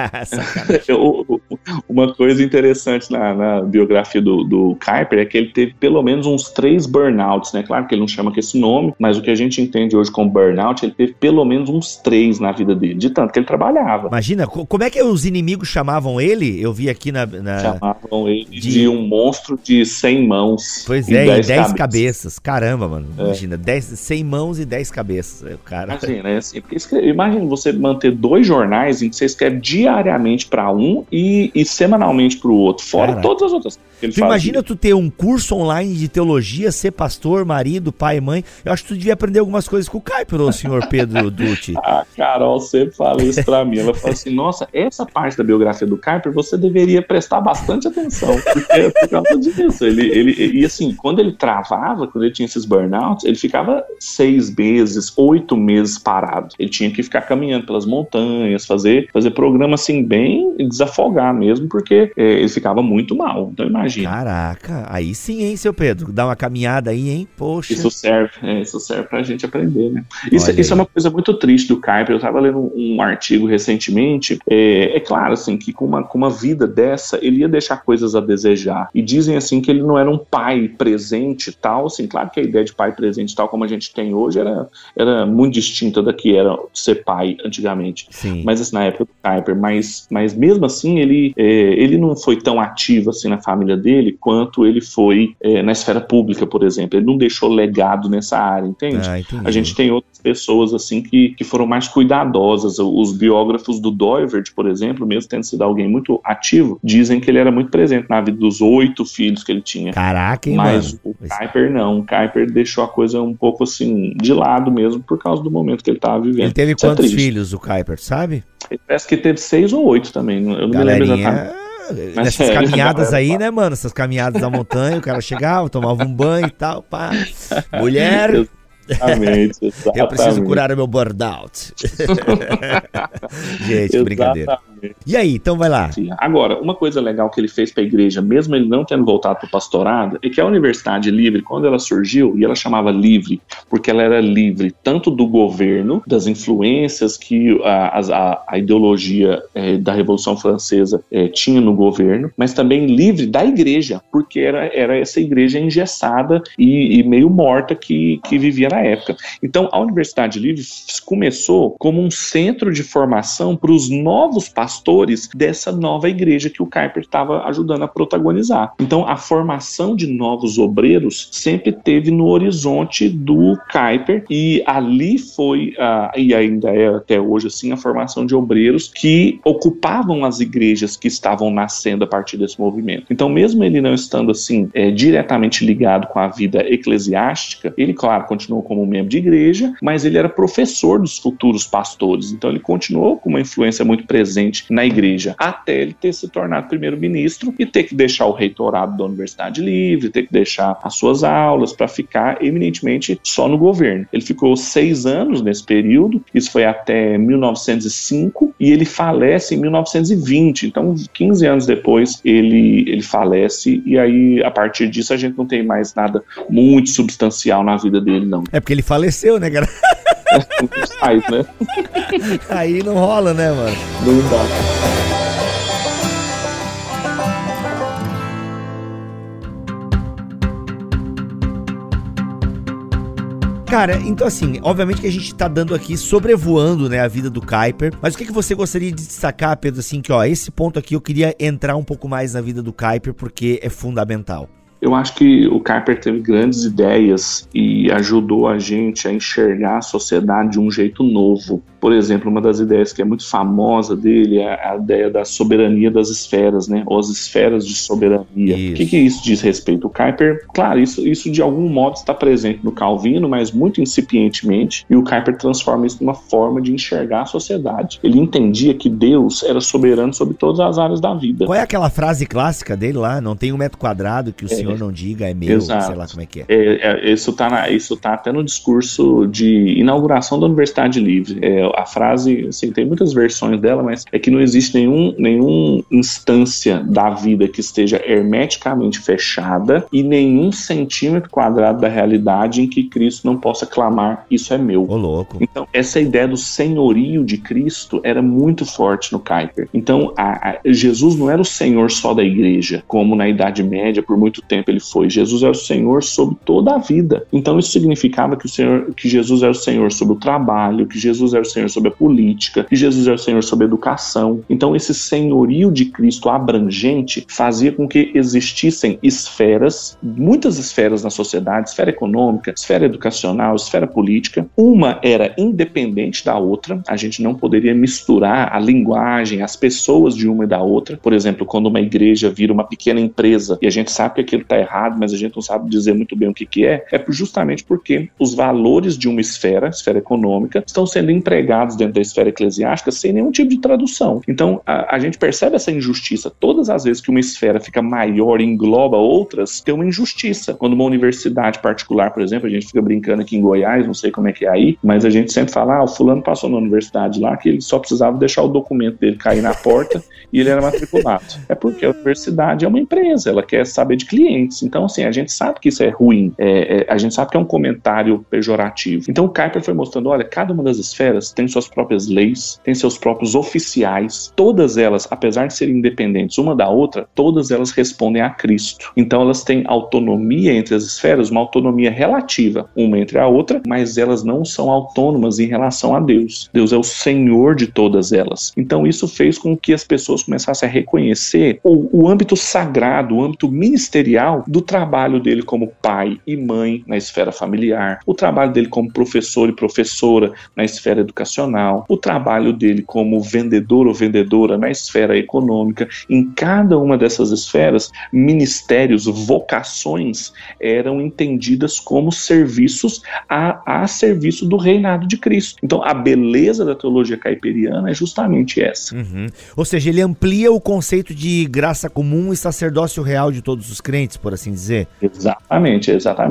Uma coisa interessante na biografia do Kuyper é que ele teve pelo menos uns 3 burnouts, né? Claro que ele não chama com esse nome, mas o que a gente entende hoje como burnout, ele teve pelo menos uns 3 na vida dele, de tanto que ele trabalhava. Imagina, como é que os inimigos chamavam ele? Eu vi aqui Chamavam ele de um monstro de 100 mãos. Pois é, e 10 cabeças. Caramba, mano. Imagina, 100 mãos e 10 cabeças. O cara... Imagina, é assim, porque imagina você manter 2 jornais em que você escreve diariamente para um e semanalmente para o outro, fora todas as outras que ele fazia. Imagina tu ter um curso online de teologia, ser pastor, marido, pai, mãe. Eu acho que tu devia aprender algumas coisas com o Kuyper, ô senhor Pedro Dutti. A Carol sempre fala isso pra mim. Ela fala assim, nossa, essa parte da biografia do Kuyper você deveria prestar bastante atenção, porque por causa disso. E assim, quando ele travava, quando ele tinha esses burnouts, ele ficava 6 meses, 8 meses parado. Ele tinha que ficar caminhando pelas montanhas, fazer programa assim, bem desafogar mesmo, porque ele ficava muito mal. Então imagina. Caraca, aí sim, hein, seu Pedro? Dá uma caminhada aí, hein? Poxa. Isso serve pra gente aprender, né? Isso é uma coisa muito triste do Kuyper. Eu tava lendo um artigo recentemente. É claro, assim, que com uma vida dessa, ele ia deixar coisas a desejar. E dizem, assim, que ele não era um pai presente e tal. Assim, claro que a ideia de pai presente tal como a gente tem hoje era muito distinta da que era ser pai antigamente. Sim. Mas assim, na época do Kuyper. Mas mesmo assim, ele não foi tão ativo assim na família dele quanto ele foi na esfera pública, por exemplo. Ele não deixou legado nessa área, entende? A gente tem outras pessoas assim que foram mais cuidadosas. Os biógrafos do Doivert, por exemplo, mesmo tendo sido alguém muito ativo, dizem que ele era muito presente na vida dos 8 filhos que ele tinha. Caraca, hein, mas mano? O Kuyper não. O Kuyper deixou a coisa um pouco assim de lado mesmo por causa do momento que ele estava vivendo. Ele teve quantos filhos, o Kuyper, sabe? Ele parece que teve 6 ou 8 também. Eu não me lembro exatamente. Nessas caminhadas aí, né, mano? Essas caminhadas da montanha, o cara chegava, tomava um banho e tal, pá. Mulher... Exatamente. Eu preciso curar o meu burnout. Gente, que brincadeira. E aí, então vai lá. Agora, uma coisa legal que ele fez para a igreja, mesmo ele não tendo voltado para o pastorado, é que a Universidade Livre, quando ela surgiu, e ela chamava Livre, porque ela era livre tanto do governo, das influências que a ideologia da Revolução Francesa tinha no governo, mas também livre da igreja, porque era essa igreja engessada e meio morta que vivia na época. Então, a Universidade Livre começou como um centro de formação para os novos pastores dessa nova igreja que o Kuyper estava ajudando a protagonizar. Então, a formação de novos obreiros sempre teve no horizonte do Kuyper, e ali foi, e ainda é até hoje assim, a formação de obreiros que ocupavam as igrejas que estavam nascendo a partir desse movimento. Então, mesmo ele não estando assim diretamente ligado com a vida eclesiástica, ele, claro, continuou como membro de igreja, mas ele era professor dos futuros pastores. Então, ele continuou com uma influência muito presente na igreja, até ele ter se tornado primeiro-ministro e ter que deixar o reitorado da Universidade Livre, ter que deixar as suas aulas para ficar eminentemente só no governo. Ele ficou 6 anos nesse período, isso foi até 1905, e ele falece em 1920, então 15 anos depois ele falece, e aí a partir disso a gente não tem mais nada muito substancial na vida dele, não. É porque ele faleceu, né, cara? Né? Aí não rola, né, mano? Não dá. Cara, então assim, obviamente que a gente tá dando aqui, sobrevoando, né, a vida do Kuyper, mas o que você gostaria de destacar, Pedro, assim, que ó, esse ponto aqui eu queria entrar um pouco mais na vida do Kuyper porque é fundamental. Eu acho que o Kuyper teve grandes ideias e ajudou a gente a enxergar a sociedade de um jeito novo. Por exemplo, uma das ideias que é muito famosa dele é a ideia da soberania das esferas, né? Ou as esferas de soberania. O que isso diz respeito? O Kuyper, claro, isso de algum modo está presente no Calvino, mas muito incipientemente, e o Kuyper transforma isso numa forma de enxergar a sociedade. Ele entendia que Deus era soberano sobre todas as áreas da vida. Qual é aquela frase clássica dele lá? Não tem 1 metro quadrado que o Senhor não diga, é meu, exato. Sei lá como é que é. Isso tá até no discurso de inauguração da Universidade Livre. A frase, assim, tem muitas versões dela, mas é que não existe nenhuma instância da vida que esteja hermeticamente fechada e nenhum centímetro quadrado da realidade em que Cristo não possa clamar, isso é meu. Ô, louco. Então, essa ideia do senhorio de Cristo era muito forte no Kuyper. Então, Jesus não era o Senhor só da igreja, como na Idade Média, por muito tempo ele foi. Jesus era o Senhor sobre toda a vida. Então, isso significava que Jesus era o Senhor sobre o trabalho, que Jesus era o Senhor sobre a política, que Jesus era o Senhor sobre a educação. Então, esse senhorio de Cristo abrangente fazia com que existissem esferas, muitas esferas na sociedade, esfera econômica, esfera educacional, esfera política. Uma era independente da outra, a gente não poderia misturar a linguagem, as pessoas de uma e da outra. Por exemplo, quando uma igreja vira uma pequena empresa, e a gente sabe que aquilo que está errado, mas a gente não sabe dizer muito bem o que é justamente porque os valores de uma esfera econômica, estão sendo empregados dentro da esfera eclesiástica sem nenhum tipo de tradução. Então, a gente percebe essa injustiça. Todas as vezes que uma esfera fica maior e engloba outras, tem uma injustiça. Quando uma universidade particular, por exemplo, a gente fica brincando aqui em Goiás, não sei como é que é aí, mas a gente sempre fala, o fulano passou na universidade lá, que ele só precisava deixar o documento dele cair na porta e ele era matriculado. É porque a universidade é uma empresa, ela quer saber de clientes. Então, assim, a gente sabe que isso é ruim, a gente sabe que é um comentário pejorativo. Então, o Kuyper foi mostrando, olha, cada uma das esferas tem suas próprias leis, tem seus próprios oficiais, todas elas, apesar de serem independentes uma da outra, todas elas respondem a Cristo. Então, elas têm autonomia entre as esferas, uma autonomia relativa uma entre a outra, mas elas não são autônomas em relação a Deus. Deus é o Senhor de todas elas. Então, isso fez com que as pessoas começassem a reconhecer o âmbito sagrado, o âmbito ministerial do trabalho dele como pai e mãe na esfera familiar, o trabalho dele como professor e professora na esfera educacional, o trabalho dele como vendedor ou vendedora na esfera econômica. Em cada uma dessas esferas, ministérios, vocações eram entendidas como serviços a serviço do reinado de Cristo. Então, a beleza da teologia kuyperiana é justamente essa. Ou seja, ele amplia o conceito de graça comum e sacerdócio real de todos os crentes, por assim dizer. Exatamente.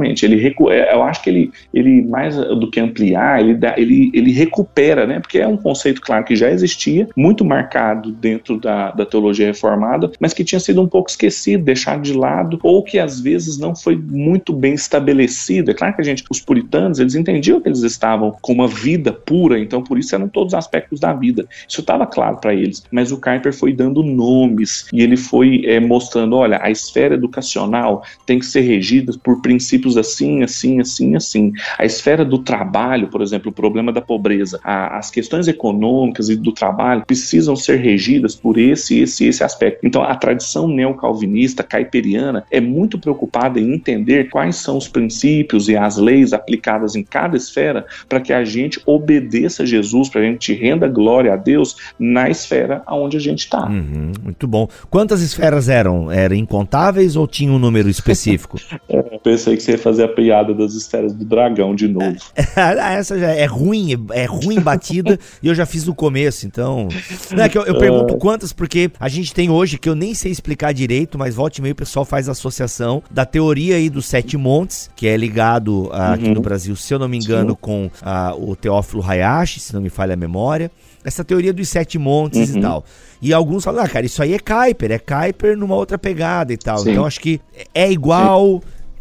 Eu acho que ele mais do que ampliar, ele recupera, né? Porque é um conceito, claro, que já existia, muito marcado dentro da teologia reformada, mas que tinha sido um pouco esquecido, deixado de lado, ou que às vezes não foi muito bem estabelecido. É claro que os puritanos, eles entendiam que eles estavam com uma vida pura, então por isso eram todos os aspectos da vida. Isso estava claro para eles, mas o Kuyper foi dando nomes e ele foi mostrando, olha, a esfera educacional tem que ser regida por princípios assim. A esfera do trabalho, por exemplo, o problema da pobreza, as questões econômicas e do trabalho precisam ser regidas por esse aspecto. Então, a tradição neocalvinista, kuyperiana, é muito preocupada em entender quais são os princípios e as leis aplicadas em cada esfera para que a gente obedeça a Jesus, para a gente renda glória a Deus na esfera onde a gente está. Muito bom. Quantas esferas eram? Eram incontáveis ou tinha um número específico? Pensei que você ia fazer a piada das esferas do dragão de novo. Essa já é ruim batida e eu já fiz no começo, então... Não é que eu pergunto quantas, porque a gente tem hoje, que eu nem sei explicar direito, mas volta e meia o pessoal faz associação da teoria aí dos 7 montes, que é ligado aqui no Brasil, se eu não me engano, com o Teófilo Hayashi, se não me falha a memória. Essa teoria dos 7 montes e tal. E alguns falam, cara, isso aí é Kuyper numa outra pegada e tal. Sim. Então acho que é igual...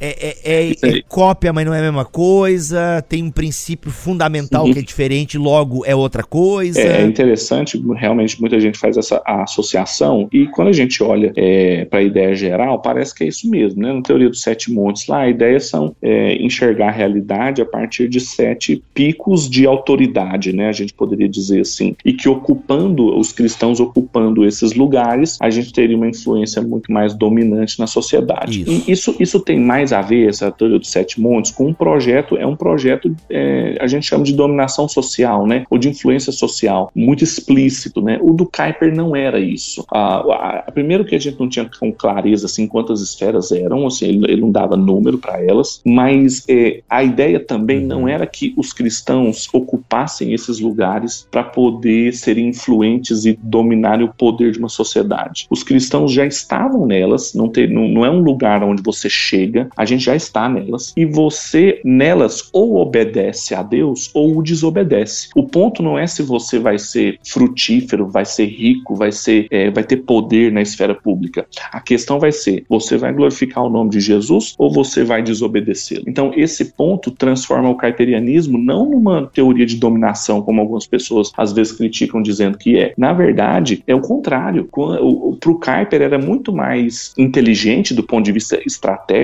É cópia, mas não é a mesma coisa, tem um princípio fundamental que é diferente, logo é outra coisa. É interessante, realmente muita gente faz essa associação, e quando a gente olha para a ideia geral, parece que é isso mesmo, né? Na teoria dos 7 montes lá, a ideia são enxergar a realidade a partir de 7 picos de autoridade, né? A gente poderia dizer assim, e que os cristãos ocupando esses lugares, a gente teria uma influência muito mais dominante na sociedade. Isso. E isso tem mais a ver, essa teoria dos 7 montes, com um projeto, a gente chama de dominação social, né? Ou de influência social, muito explícito, né? O do Kuyper não era isso. Primeiro que a gente não tinha com clareza, assim, quantas esferas eram, assim, ele não dava número para elas, mas a ideia também não era que os cristãos ocupassem esses lugares para poder serem influentes e dominarem o poder de uma sociedade. Os cristãos já estavam nelas, não é um lugar onde você chega, a gente já está nelas, e você nelas ou obedece a Deus ou o desobedece. O ponto não é se você vai ser frutífero, vai ser rico, vai ter poder na esfera pública. A questão vai ser, você vai glorificar o nome de Jesus ou você vai desobedecê-lo? Então esse ponto transforma o kuyperianismo não numa teoria de dominação, como algumas pessoas às vezes criticam dizendo que é. Na verdade, é o contrário. Para o Kuyper era muito mais inteligente do ponto de vista estratégico, político,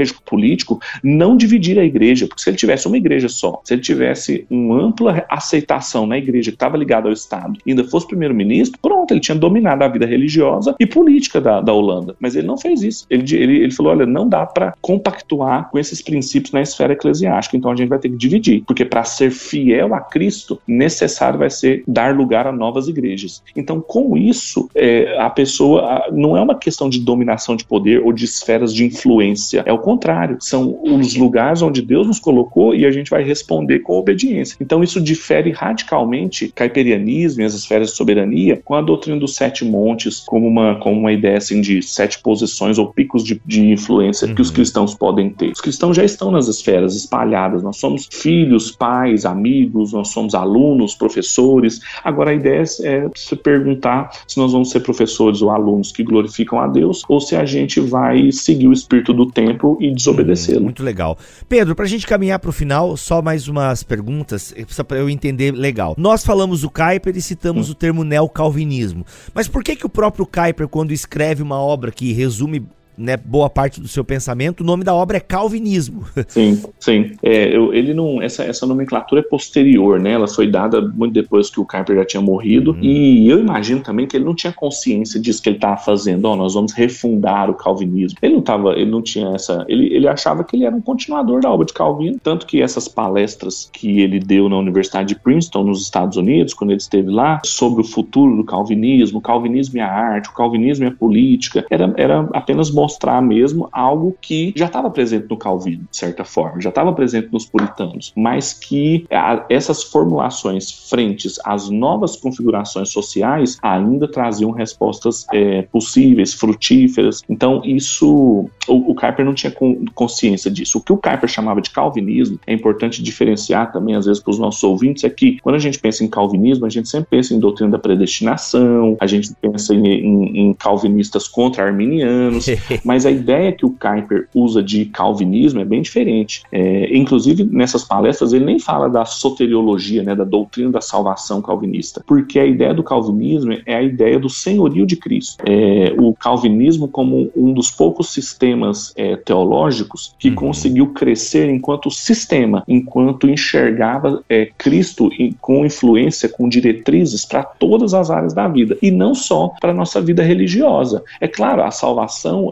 político, não dividir a igreja, porque se ele tivesse uma igreja só, se ele tivesse uma ampla aceitação na igreja que estava ligada ao Estado, e ainda fosse primeiro-ministro, pronto, ele tinha dominado a vida religiosa e política da Holanda. Mas ele não fez isso. Ele falou, olha, não dá para compactuar com esses princípios na esfera eclesiástica, então a gente vai ter que dividir, porque para ser fiel a Cristo, necessário vai ser dar lugar a novas igrejas. Então, com isso, a pessoa não é uma questão de dominação de poder ou de esferas de influência, é o contrário, são os lugares onde Deus nos colocou e a gente vai responder com obediência. Então, isso difere radicalmente caiperianismo e as esferas de soberania com a doutrina dos 7 montes, como uma ideia assim de 7 posições ou picos de influência que os cristãos podem ter. Os cristãos já estão nas esferas espalhadas, nós somos filhos, pais, amigos, nós somos alunos, professores. Agora a ideia é se perguntar se nós vamos ser professores ou alunos que glorificam a Deus ou se a gente vai seguir o espírito do tempo e desobedecê-lo. Muito legal. Pedro, pra gente caminhar pro final, só mais umas perguntas, só pra eu entender legal. Nós falamos do Kuyper e citamos o termo neocalvinismo, mas por que o próprio Kuyper, quando escreve uma obra que resume, né, boa parte do seu pensamento, o nome da obra é Calvinismo? Sim. Ele não, essa nomenclatura é posterior, né? Ela foi dada muito depois que o Kuyper já tinha morrido, e eu imagino também que ele não tinha consciência disso que ele estava fazendo. Nós vamos refundar o calvinismo. Ele não tinha essa... Ele achava que ele era um continuador da obra de Calvino, tanto que essas palestras que ele deu na Universidade de Princeton, nos Estados Unidos, quando ele esteve lá, sobre o futuro do calvinismo, o calvinismo e a arte, o calvinismo e a política, era apenas mostrar mesmo algo que já estava presente no Calvino, de certa forma, já estava presente nos puritanos, mas que essas formulações frentes às novas configurações sociais ainda traziam respostas possíveis, frutíferas. Então isso, o Kuyper não tinha consciência disso. O que o Kuyper chamava de calvinismo, é importante diferenciar também às vezes para os nossos ouvintes, é que quando a gente pensa em calvinismo, a gente sempre pensa em doutrina da predestinação, a gente pensa em calvinistas contra arminianos, mas a ideia que o Kuyper usa de calvinismo é bem diferente. Inclusive, nessas palestras, ele nem fala da soteriologia, né, da doutrina da salvação calvinista, porque a ideia do calvinismo é a ideia do senhorio de Cristo. O calvinismo como um dos poucos sistemas teológicos que conseguiu crescer enquanto sistema, enquanto enxergava Cristo com influência, com diretrizes para todas as áreas da vida, e não só para a nossa vida religiosa. É claro, a salvação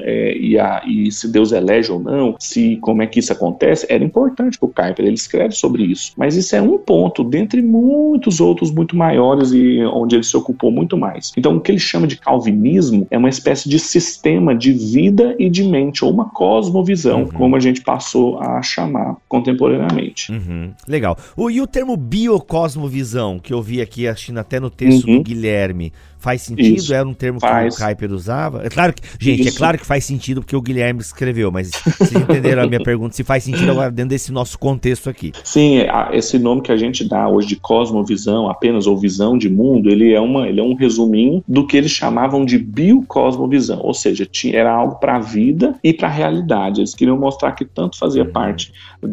e se Deus elege ou não, como é que isso acontece, era importante para o Kuyper, ele escreve sobre isso. Mas isso é um ponto, dentre muitos outros muito maiores e onde ele se ocupou muito mais. Então, o que ele chama de calvinismo é uma espécie de sistema de vida e de mente, ou uma cosmovisão, como a gente passou a chamar contemporaneamente. Legal. E o termo biocosmovisão, que eu vi aqui, acho até no texto do Guilherme, faz sentido? Isso. Era um termo que o Kuyper usava? É claro que, gente, é claro que faz sentido porque o Guilherme escreveu, mas vocês entenderam a minha pergunta, se faz sentido agora dentro desse nosso contexto aqui. Sim, esse nome que a gente dá hoje de cosmovisão, apenas, ou visão de mundo, ele é um resuminho do que eles chamavam de biocosmovisão, ou seja, era algo para a vida e para a realidade. Eles queriam mostrar que tanto fazia parte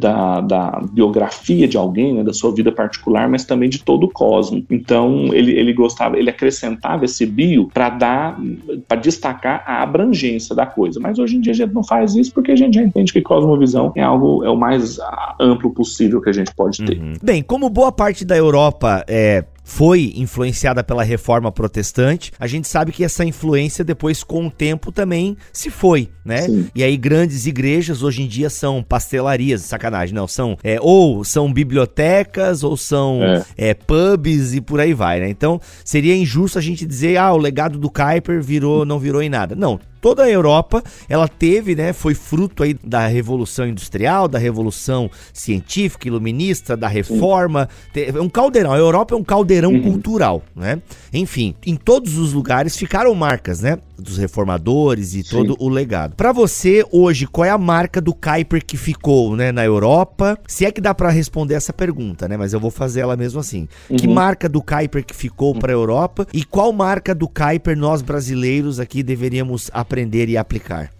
da biografia de alguém, né, da sua vida particular, mas também de todo o cosmo. Então, ele acrescentava esse bio para destacar a abrangência da coisa. Mas hoje em dia a gente não faz isso porque a gente já entende que cosmovisão é o mais amplo possível que a gente pode ter. Bem, como boa parte da Europa foi influenciada pela reforma protestante, a gente sabe que essa influência depois com o tempo também se foi, né? Sim. E aí grandes igrejas hoje em dia são pastelarias, sacanagem, não, ou são bibliotecas ou são pubs e por aí vai, né? Então seria injusto a gente dizer, o legado do Kuyper não virou em nada. Não. Toda a Europa, ela teve, né, foi fruto aí da Revolução Industrial, da Revolução Científica, Iluminista, da Reforma, um caldeirão, a Europa é um caldeirão cultural, né? Enfim, em todos os lugares ficaram marcas, né, dos reformadores e todo o legado. Pra você, hoje, qual é a marca do Kuyper que ficou, né, na Europa? Se é que dá pra responder essa pergunta, né, mas eu vou fazer ela mesmo assim. Que marca do Kuyper que ficou pra Europa e qual marca do Kuyper nós brasileiros aqui deveríamos aprender e aplicar?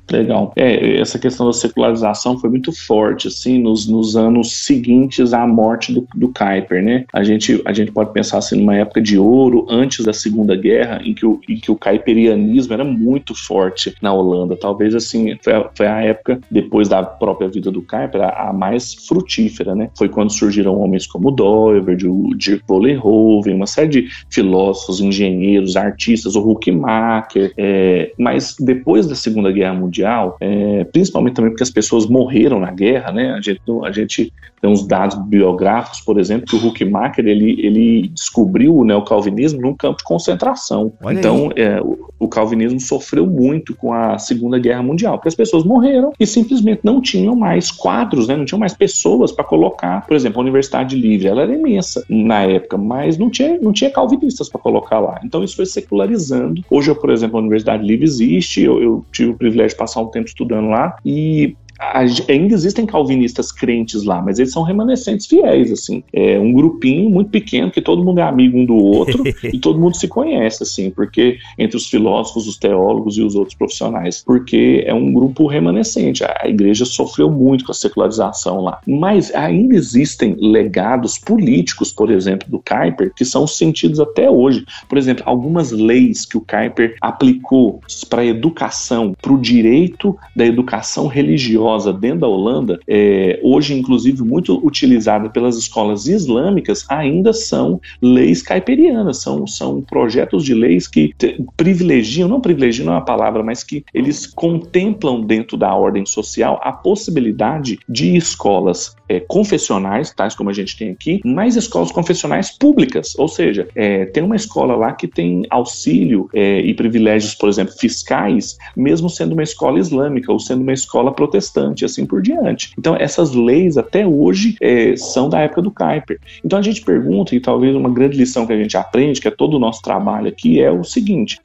Legal. Essa questão da secularização foi muito forte, assim, nos anos seguintes à morte do Kuyper, né? A gente pode pensar, assim, numa época de ouro, antes da Segunda Guerra, em que o kuiperianismo era muito forte na Holanda. Talvez, assim, foi a época, depois da própria vida do Kuyper, a mais frutífera, né? Foi quando surgiram homens como Doivert, o Dirk Vollenhoven, uma série de filósofos, engenheiros, artistas, o Huckmacher, mas depois da Segunda Guerra Mundial, principalmente também porque as pessoas morreram na guerra, né? A gente tem uns dados biográficos, por exemplo, que o Huckmacher ele descobriu o neocalvinismo num campo de concentração. Olha então, o calvinismo sofreu muito com a Segunda Guerra Mundial, porque as pessoas morreram e simplesmente não tinham mais quadros, né? Não tinham mais pessoas para colocar. Por exemplo, a Universidade Livre, ela era imensa na época, mas não tinha calvinistas para colocar lá. Então isso foi secularizando. Hoje, por exemplo, a Universidade Livre existe, eu tive o privilégio de passar um tempo estudando lá e ainda existem calvinistas crentes lá, mas eles são remanescentes fiéis, assim. É um grupinho muito pequeno que todo mundo é amigo um do outro e todo mundo se conhece, assim, porque entre os filósofos, os teólogos e os outros profissionais, porque é um grupo remanescente. A igreja sofreu muito com a secularização lá, mas ainda existem legados políticos, por exemplo, do Kuyper, que são sentidos até hoje. Por exemplo, algumas leis que o Kuyper aplicou para a educação, para o direito da educação religiosa dentro da Holanda, hoje inclusive muito utilizada pelas escolas islâmicas, ainda são leis kuiperianas, são projetos de leis que privilegiam, não é uma palavra, mas que eles contemplam dentro da ordem social a possibilidade de escolas confessionais, tais como a gente tem aqui, mas escolas confessionais públicas, ou seja, tem uma escola lá que tem auxílio e privilégios, por exemplo, fiscais, mesmo sendo uma escola islâmica ou sendo uma escola protestante, e assim por diante. Então essas leis até hoje são da época do Kuyper. Então a gente pergunta, e talvez uma grande lição que a gente aprende, que é todo o nosso trabalho aqui, é o seguinte,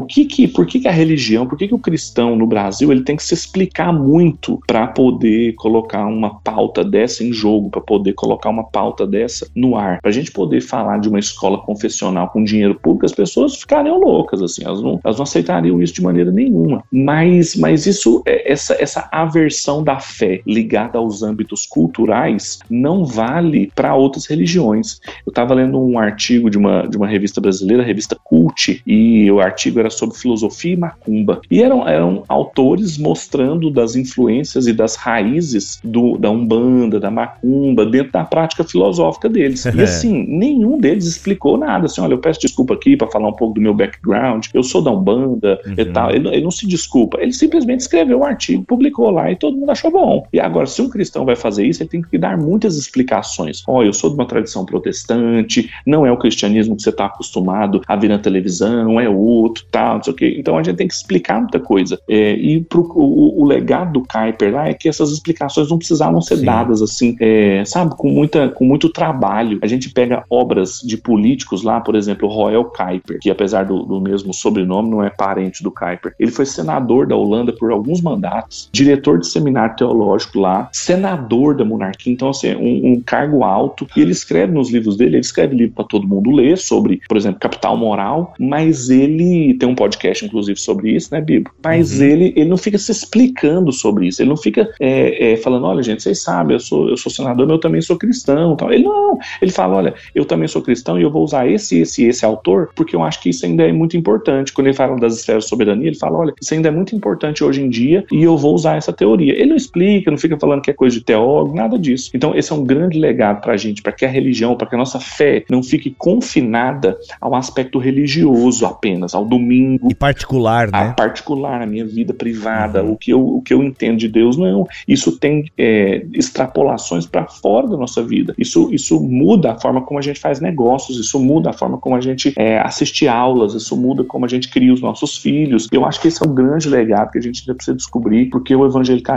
por que a religião, por que o cristão no Brasil ele tem que se explicar muito para poder colocar uma pauta dessa em jogo, para poder colocar uma pauta dessa no ar? Para a gente poder falar de uma escola confessional com dinheiro público, as pessoas ficariam loucas, assim, elas não aceitariam isso de maneira nenhuma. Mas isso, essa aversão da fé ligada aos âmbitos culturais não vale para outras religiões. Eu estava lendo um artigo de uma revista brasileira, a revista Cult, e o artigo era sobre filosofia e macumba. E eram autores mostrando das influências e das raízes da Umbanda, da macumba, dentro da prática filosófica deles. E assim, nenhum deles explicou nada. Assim, olha, eu peço desculpa aqui para falar um pouco do meu background, eu sou da Umbanda e tal. Ele não se desculpa. Ele simplesmente escreveu um artigo, publicou lá e todo mundo achou bom. E agora, se um cristão vai fazer isso, ele tem que dar muitas explicações. Eu sou de uma tradição protestante, não é o cristianismo que você está acostumado a ver na televisão, é outro, tal, não sei o quê. Então a gente tem que explicar muita coisa. E o legado do Kuyper lá é que essas explicações não precisavam ser dadas assim, sabe, com muito trabalho. A gente pega obras de políticos lá, por exemplo, Roel Kuyper, que apesar do mesmo sobrenome, não é parente do Kuyper. Ele foi senador da Holanda por alguns mandatos, diretor de seminário teológico lá, senador da monarquia, então assim, um cargo alto, e ele escreve nos livros dele, ele escreve livro para todo mundo ler sobre, por exemplo, Capital Moral, mas ele tem um podcast inclusive sobre isso, né, Bibo? Mas ele não fica se explicando sobre isso, ele não fica falando, olha gente, vocês sabem, eu sou senador, mas eu também sou cristão, tal. Ele fala, olha, eu também sou cristão e eu vou usar esse autor, porque eu acho que isso ainda é muito importante. Quando ele fala das esferas de soberania, ele fala, olha, isso ainda é muito importante hoje em dia e eu vou usar essa teoria. Ele não explica, não fica falando que é coisa de teólogo, nada disso. Então esse é um grande legado pra gente, para que a religião, para que a nossa fé não fique confinada ao aspecto religioso apenas, ao domingo. E particular, né? Particular, a minha vida privada, o que eu entendo de Deus, não. Isso tem extrapolações para fora da nossa vida. Isso muda a forma como a gente faz negócios, isso muda a forma como a gente assiste aulas, isso muda como a gente cria os nossos filhos. Eu acho que esse é um grande legado que a gente ainda precisa descobrir, porque o evangelicalismo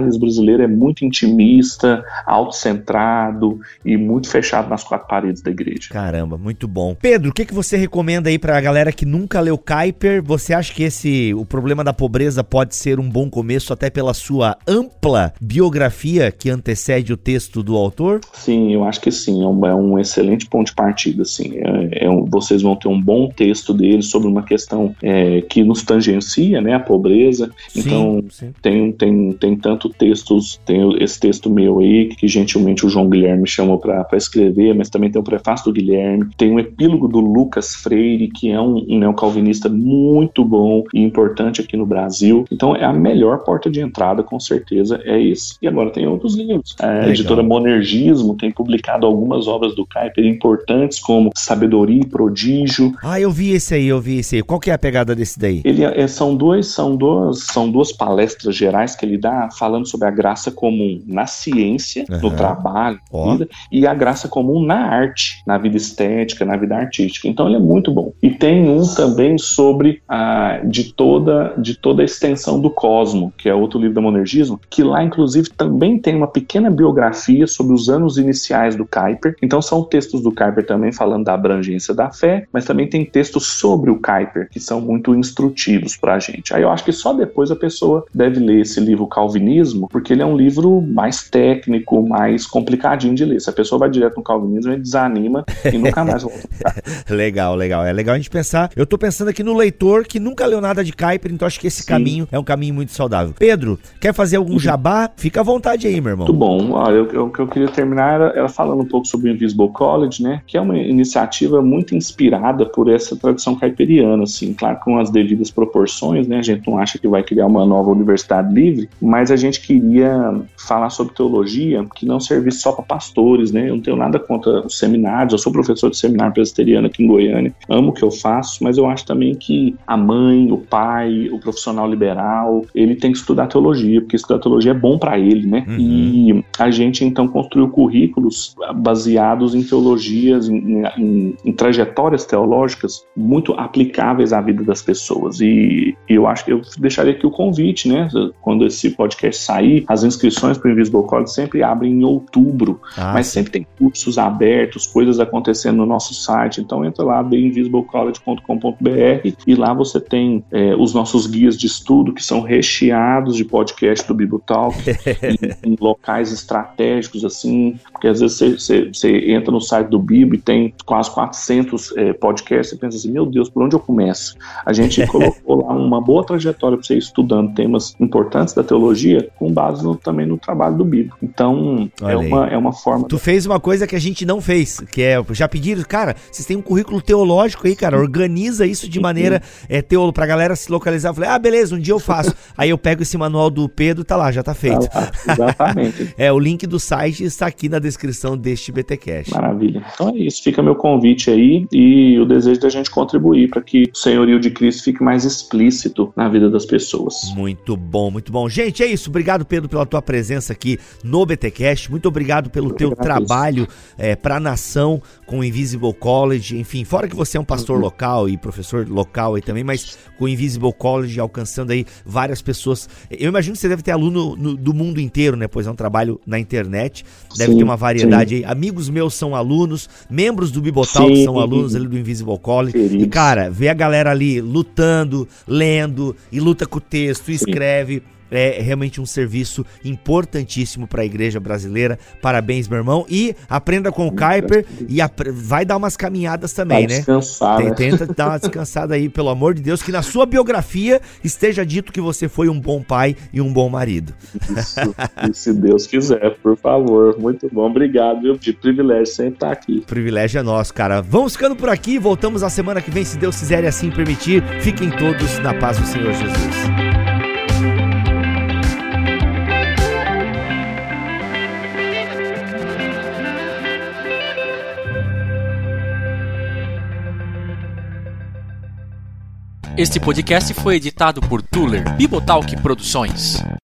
seminário brasileiro é muito intimista, autocentrado e muito fechado nas quatro paredes da igreja. Caramba, muito bom. Pedro, o que você recomenda aí pra galera que nunca leu Kuyper? Você acha que o problema da pobreza pode ser um bom começo até pela sua ampla biografia que antecede o texto do autor? Sim, eu acho que sim, é um excelente ponto de partida, assim. Vocês vão ter um bom texto dele sobre uma questão que nos tangencia, né, a pobreza. Sim, então, sim. Tem tanto textos, tem esse texto meu aí, que gentilmente o João Guilherme chamou para escrever, mas também tem o prefácio do Guilherme, tem um epílogo do Lucas Freire, que é um neocalvinista muito bom e importante aqui no Brasil. Então, é a melhor porta de entrada, com certeza, é esse. E agora tem outros livros. A editora Monergismo tem publicado algumas obras do Kuyper importantes, como Sabedoria e Prodígio. Eu vi esse aí. Qual que é a pegada desse daí? Ele são duas palestras gerais que ele dá falando sobre a graça comum na ciência, no trabalho, na vida, e a graça comum na arte, na vida estética, na vida artística. Então ele é muito bom. E tem um também sobre de toda a extensão do Cosmo, que é outro livro da Monergismo, que lá inclusive também tem uma pequena biografia sobre os anos iniciais do Kuyper. Então são textos do Kuyper também falando da abrangência da fé, mas também tem textos sobre o Kuyper que são muito instrutivos pra gente. Aí eu acho que só depois a pessoa deve ler esse livro Calvinismo, porque ele é um livro mais técnico, mais complicadinho de ler. Se a pessoa vai direto no Calvinismo, ele desanima e nunca mais volta. Legal. É legal a gente pensar. Eu tô pensando aqui no leitor que nunca leu nada de Kuyper, então acho que esse caminho é um caminho muito saudável. Pedro, quer fazer algum jabá? Fica à vontade aí, meu irmão. Muito bom. Olha, o que eu queria terminar era falando um pouco sobre o Invisible College, né? Que é uma iniciativa muito inspirada por essa tradição kuiperiana, assim, claro, com as devidas proporções, né? A gente não acha que vai criar uma nova universidade livre, mas a gente queria falar sobre teologia que não servisse só para pastores, né? Eu não tenho nada contra os seminários, eu sou professor de seminário presbiteriano aqui em Goiânia, amo o que eu faço, mas eu acho também que a mãe, o pai, o profissional liberal, ele tem que estudar teologia, porque estudar teologia é bom para ele, né? E a gente então construiu currículos baseados em teologias, em trajetórias teológicas muito aplicáveis à vida das pessoas. E eu acho que eu deixaria aqui o convite, né? Quando esse podcast sair, as inscrições para o Invisible College sempre abrem em outubro, mas sempre tem cursos abertos, coisas acontecendo no nosso site. Então entra lá, theinvisiblecollege.com.br, e lá você tem os nossos guias de estudo, que são recheados de podcast do Bibotalk, em locais estratégicos, assim, porque às vezes você entra no site do Bibo e tem quase 400 podcasts e pensa assim, meu Deus, por onde eu começo? A gente colocou lá uma boa trajetória para você ir estudando temas importantes da teologia com base também no trabalho do Bibo. Então, é uma forma... Tu fez uma coisa que a gente não fez, que já pediram, cara, vocês têm um currículo teológico aí, cara, organiza isso de maneira pra galera se localizar. Eu falei, beleza, um dia eu faço. Aí eu pego esse manual do Pedro, tá lá, já tá feito. Exatamente. O link do site está aqui na descrição deste BTcast. Maravilha. Então é isso, fica meu convite aí e o desejo da gente contribuir para que o senhorio de Cristo fique mais explícito na vida das pessoas. Muito bom, muito bom. Gente, é isso. Obrigado, Pedro, pela tua presença aqui no BTcast. Muito obrigado pelo teu trabalho para a nação com o Invisible College. Enfim, fora que você é um pastor local e professor local aí também, mas com o Invisible College alcançando aí várias pessoas. Eu imagino que você deve ter aluno do mundo inteiro, né? Pois é um trabalho na internet. Deve ter uma variedade aí. Amigos meus são alunos, membros do Bibotalk são alunos ali do Invisible College. E, cara, vê a galera ali lutando, lendo, e luta com o texto, escreve. É realmente um serviço importantíssimo para a igreja brasileira. Parabéns, meu irmão. E aprenda com o Kuyper e vai dar umas caminhadas também, né? Descansar, Tenta dar uma descansada aí, pelo amor de Deus, que na sua biografia esteja dito que você foi um bom pai e um bom marido. Isso, e se Deus quiser, por favor. Muito bom, obrigado, viu? De privilégio sempre estar aqui. O privilégio é nosso, cara. Vamos ficando por aqui, voltamos na semana que vem, se Deus quiser e assim permitir. Fiquem todos na paz do Senhor Jesus. Este podcast foi editado por Tuller Bibotalk Produções.